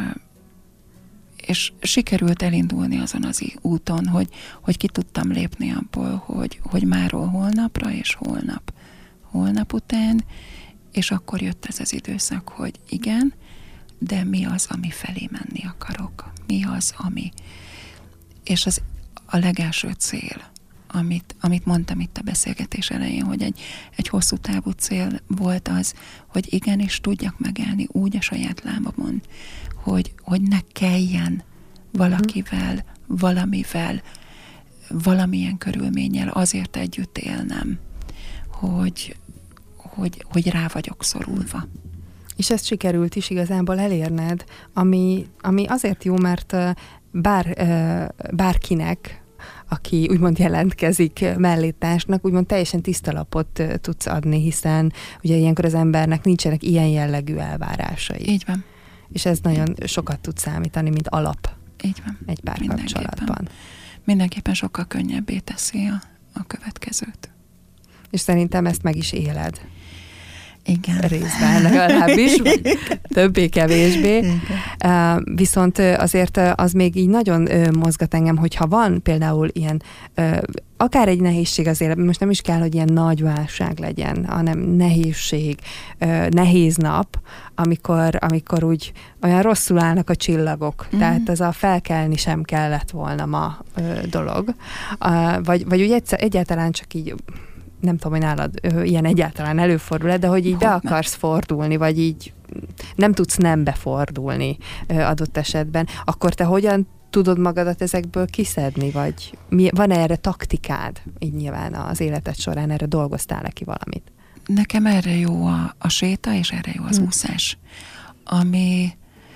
és sikerült elindulni azon az úton, hogy, hogy ki tudtam lépni abból, hogy, hogy máról holnapra, és holnap, holnap után, és akkor jött ez az időszak, hogy igen, de mi az, ami felé menni akarok? Mi az, ami... És az a legelső cél, amit, amit mondtam itt a beszélgetés elején, hogy egy, egy hosszú távú cél volt az, hogy igenis tudjak megállni úgy a saját lábamon, hogy, hogy ne kelljen valakivel, valamivel, valamilyen körülménnyel azért együtt élnem, hogy, hogy, hogy rá vagyok szorulva. És ezt sikerült is igazából elérned, ami, ami azért jó, mert bár, bárkinek, aki úgymond jelentkezik mellétársnak, úgymond teljesen tiszta lapot tudsz adni, hiszen ugye ilyenkor az embernek nincsenek ilyen jellegű elvárásai. Így van. És ez nagyon sokat tud számítani, mint alap. Így van. Egy párkapcsolatban. Mindenképpen sokkal könnyebbé teszi a, a következőt. És szerintem ezt meg is éled. Igen. Részben legalábbis, vagy többé-kevésbé. Uh, viszont azért az még így nagyon uh, mozgat engem, hogyha van például ilyen, uh, akár egy nehézség az életben, most nem is kell, hogy ilyen nagy válság legyen, hanem nehézség, uh, nehéz nap, amikor, amikor úgy olyan rosszul állnak a csillagok. Mm. Tehát az a felkelni sem kellett volna ma uh, dolog. Uh, vagy, vagy úgy egyszer, egyáltalán csak így nem tudom, hogy nálad ö, ilyen egyáltalán előfordul, de hogy így be akarsz fordulni, vagy így nem tudsz nem befordulni ö, adott esetben, akkor te hogyan tudod magadat ezekből kiszedni, vagy mi, van erre taktikád, így nyilván az életed során, erre dolgoztál-e ki valamit? Nekem erre jó a, a séta, és erre jó az hmm. úszás. Ami,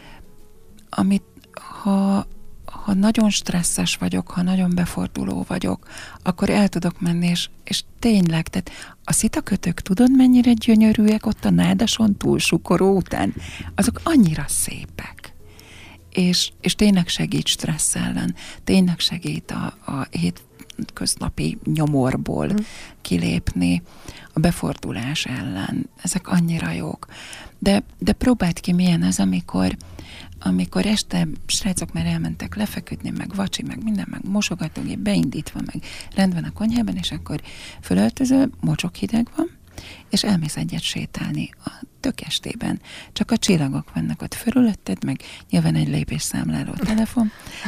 amit ha ha nagyon stresszes vagyok, ha nagyon beforduló vagyok, akkor el tudok menni, és, és tényleg, tehát a szitakötők tudod, mennyire gyönyörűek ott a nádason túl sukoró után? Azok annyira szépek. És, és tényleg segít stressz ellen, tényleg segít a, a hétköznapi nyomorból mm. kilépni, a befordulás ellen. Ezek annyira jók. De, de próbáld ki, milyen az, amikor amikor este srácok már elmentek lefeküdni, meg vacsi, meg minden, meg mosogatógép beindítva, meg rendben a konyhában, és akkor fölöltözöl, mocsok hideg van, és elmész egyet sétálni a tök estében. Csak a csillagok vannak ott fölötted, meg nyilván egy lépésszámláló telefon,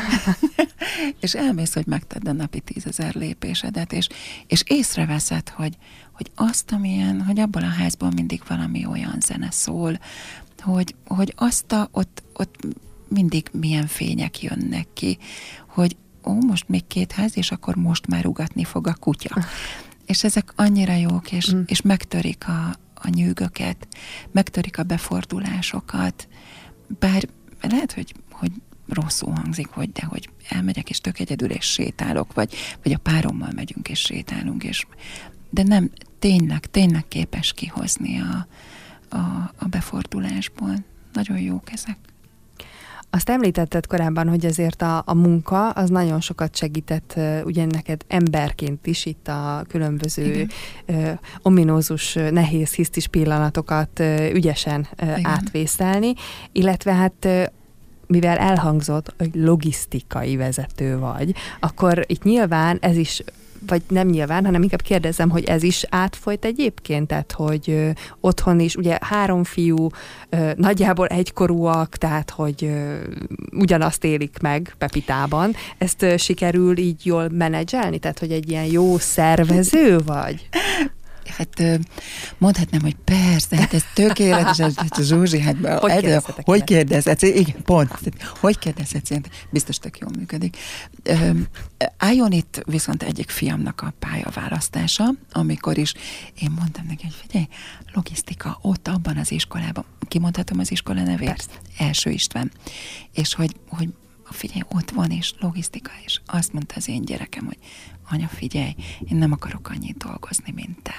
és elmész, hogy megtedd a napi tízezer lépésedet, és, és észreveszed, hogy, hogy azt, amilyen, hogy abból a házból mindig valami olyan zene szól, hogy, hogy azt a, ott, ott mindig milyen fények jönnek ki, hogy ó, most még két ház, és akkor most már ugatni fog a kutya. És ezek annyira jók, és, mm. és megtörik a, a nyűgöket, megtörik a befordulásokat, bár lehet, hogy, hogy rosszul hangzik, hogy de hogy elmegyek, és tök egyedül, és sétálok, vagy, vagy a párommal megyünk, és sétálunk, és, de nem, tényleg, tényleg képes kihozni a A, a befordulásból. Nagyon jók ezek. Azt említetted korábban, hogy azért a, a munka az nagyon sokat segített uh, ugye neked emberként is itt a különböző uh, ominózus, nehéz, hisztis pillanatokat uh, ügyesen uh, átvészelni, illetve hát uh, mivel elhangzott, hogy logisztikai vezető vagy, akkor itt nyilván ez is, vagy nem nyilván, hanem inkább kérdezem, hogy ez is átfolyt egyébként, tehát hogy ö, otthon is, ugye három fiú, ö, nagyjából egykorúak, tehát hogy ö, ugyanazt élik meg Pepitában. Ezt ö, sikerül így jól menedzselni? Tehát, hogy egy ilyen jó szervező vagy? Hát mondhatnám, hogy persze, hát ez tökéletes, ez Zsuzsi, hát hogy ez, hogy kérdezhetsz? Igen, pont. Hogy kérdezhetsz? Biztos tök jól működik. Álljon itt viszont egyik fiamnak a pályaválasztása, amikor is én mondtam neki, hogy figyelj, logisztika, ott abban az iskolában, kimondhatom az iskola nevét? Persze. Első István. És hogy, hogy figyelj, ott van is logisztika, és azt mondta az én gyerekem, hogy anya, figyelj, én nem akarok annyit dolgozni, mint te.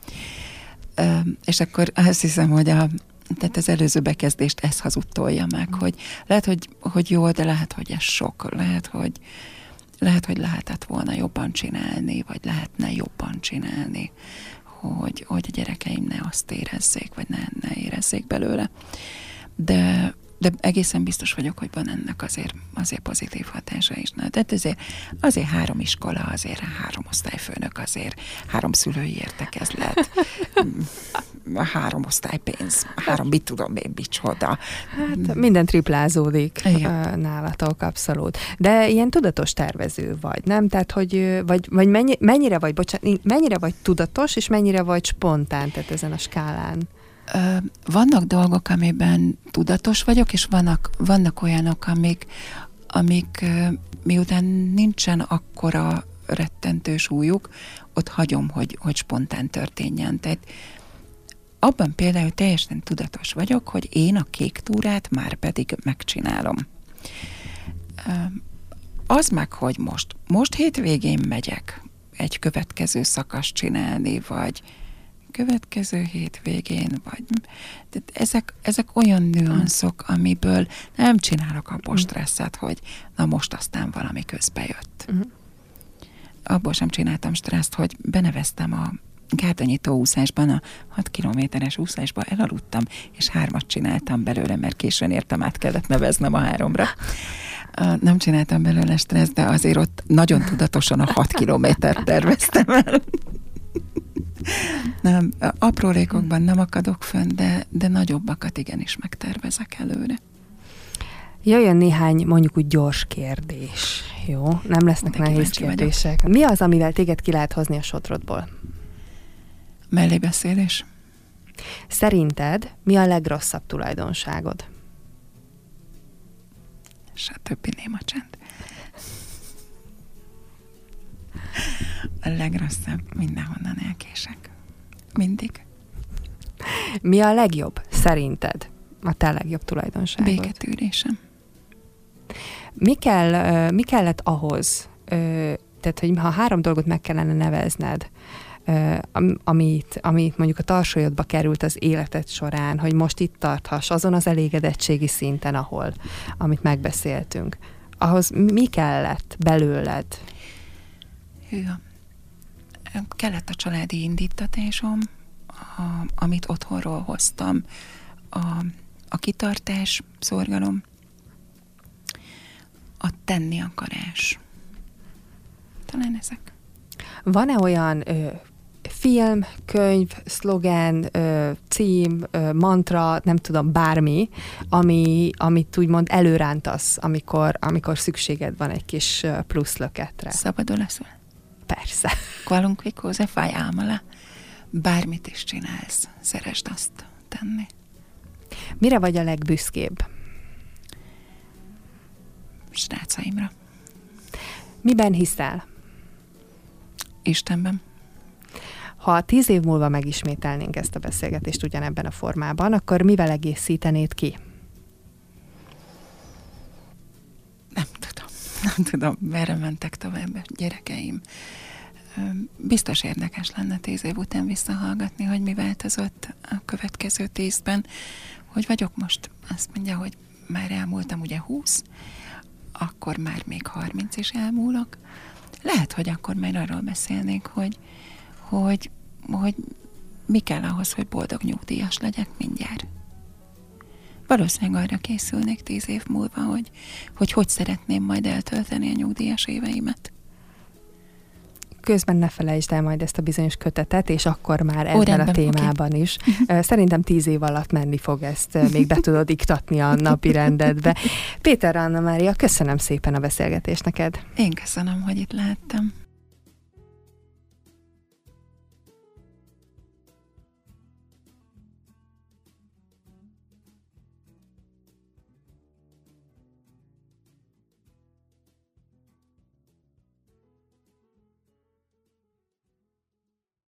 Ö, és akkor azt hiszem, hogy a, tehát az előző bekezdést ez hazudtolja meg, mm. hogy lehet, hogy, hogy jó, de lehet, hogy ez sok, lehet, hogy lehet, hogy lehetett volna jobban csinálni, vagy lehetne jobban csinálni, hogy, hogy a gyerekeim ne azt érezzék, vagy ne, ne érezzék belőle. De, de egészen biztos vagyok, hogy van ennek azért, azért pozitív hatása is. Na, tehát azért, azért három iskola, azért három osztályfőnök, azért három szülői értekezlet, három osztálypénz, három mit tudom én, micsoda. Hát minden triplázódik. Igen. Nálatok, abszolút. De ilyen tudatos tervező vagy, nem? Tehát, hogy vagy, vagy mennyi, mennyire vagy, bocsánat, mennyire vagy tudatos, és mennyire vagy spontán, tehát ezen a skálán? Vannak dolgok, amiben tudatos vagyok, és vannak, vannak olyanok, amik, amik miután nincsen akkora rettentő súlyuk, ott hagyom, hogy, hogy spontán történjen. Tehát abban például teljesen tudatos vagyok, hogy én a kék túrát már pedig megcsinálom. Az meg, hogy most, most hétvégén megyek egy következő szakaszt csinálni, vagy következő hétvégén, vagy tehát ezek, ezek olyan nüanszok, amiből nem csinálok abból stresszet, hogy na most aztán valami közbe jött. Uh-huh. Abból sem csináltam stresszt, hogy beneveztem a gárdonyító úszásban, a hat kilométeres úszásban elaludtam, és hármat csináltam belőle, mert későn értem, át kellett neveznem a háromra. Nem csináltam belőle stressz, de azért ott nagyon tudatosan a hat kilométert terveztem el. Nem, aprólékokban nem akadok fönn, de, de nagyobbakat igenis megtervezek előre. Jöjjön néhány mondjuk úgy gyors kérdés, jó? Nem lesznek de nehéz kérdések. Vagyok. Mi az, amivel téged ki lehet hozni a sodrodból? Mellébeszélés. Szerinted mi a legrosszabb tulajdonságod? Stb. Néma csend. A legrosszabb, mindenhonnan elkések. Mindig. Mi a legjobb, szerinted? A te legjobb tulajdonságod? Béketűrésem. Mi, kell, mi kellett ahhoz, tehát, hogy ha három dolgot meg kellene nevezned, amit, amit mondjuk a tarsolyodba került az életed során, hogy most itt tarthass, azon az elégedettségi szinten, ahol, amit megbeszéltünk. Ahhoz mi kellett belőled? Hűha. Kellett a családi indítatásom, a, amit otthonról hoztam, a, a kitartás, szorgalom, a tenni akarás. Talán ezek. Van-e olyan ö, film, könyv, szlogen, ö, cím, ö, mantra, nem tudom, bármi, ami, amit úgymond előrántasz, amikor, amikor szükséged van egy kis plusz löketre? Szabadon leszel? Persze. Qualunque cosa fai, amala. Bármit is csinálsz, szeresd azt tenni. Mire vagy a legbüszkébb? Srácaimra. Miben hiszel? Istenben. Ha tíz év múlva megismételnénk ezt a beszélgetést ugyanebben a formában, akkor mivel egészítenéd ki? Nem tudom. Nem tudom, merre mentek tovább a gyerekeim. Biztos érdekes lenne tíz év után visszahallgatni, hogy mi változott a következő tízben. Hogy vagyok most? Azt mondja, hogy már elmúltam ugye húsz, akkor már még harminc is elmúlok. Lehet, hogy akkor már arról beszélnék, hogy, hogy, hogy mi kell ahhoz, hogy boldog nyugdíjas legyek mindjárt. Valószínűleg arra készülnék tíz év múlva, hogy, hogy hogy szeretném majd eltölteni a nyugdíjas éveimet. Közben ne felejtsd el majd ezt a bizonyos kötetet, és akkor már ebben a témában okay. is. Szerintem tíz év alatt menni fog, ezt még be tudod iktatni a napi rendedbe. Péter Anna Mária, köszönöm szépen a beszélgetést neked. Én köszönöm, hogy itt lehettem.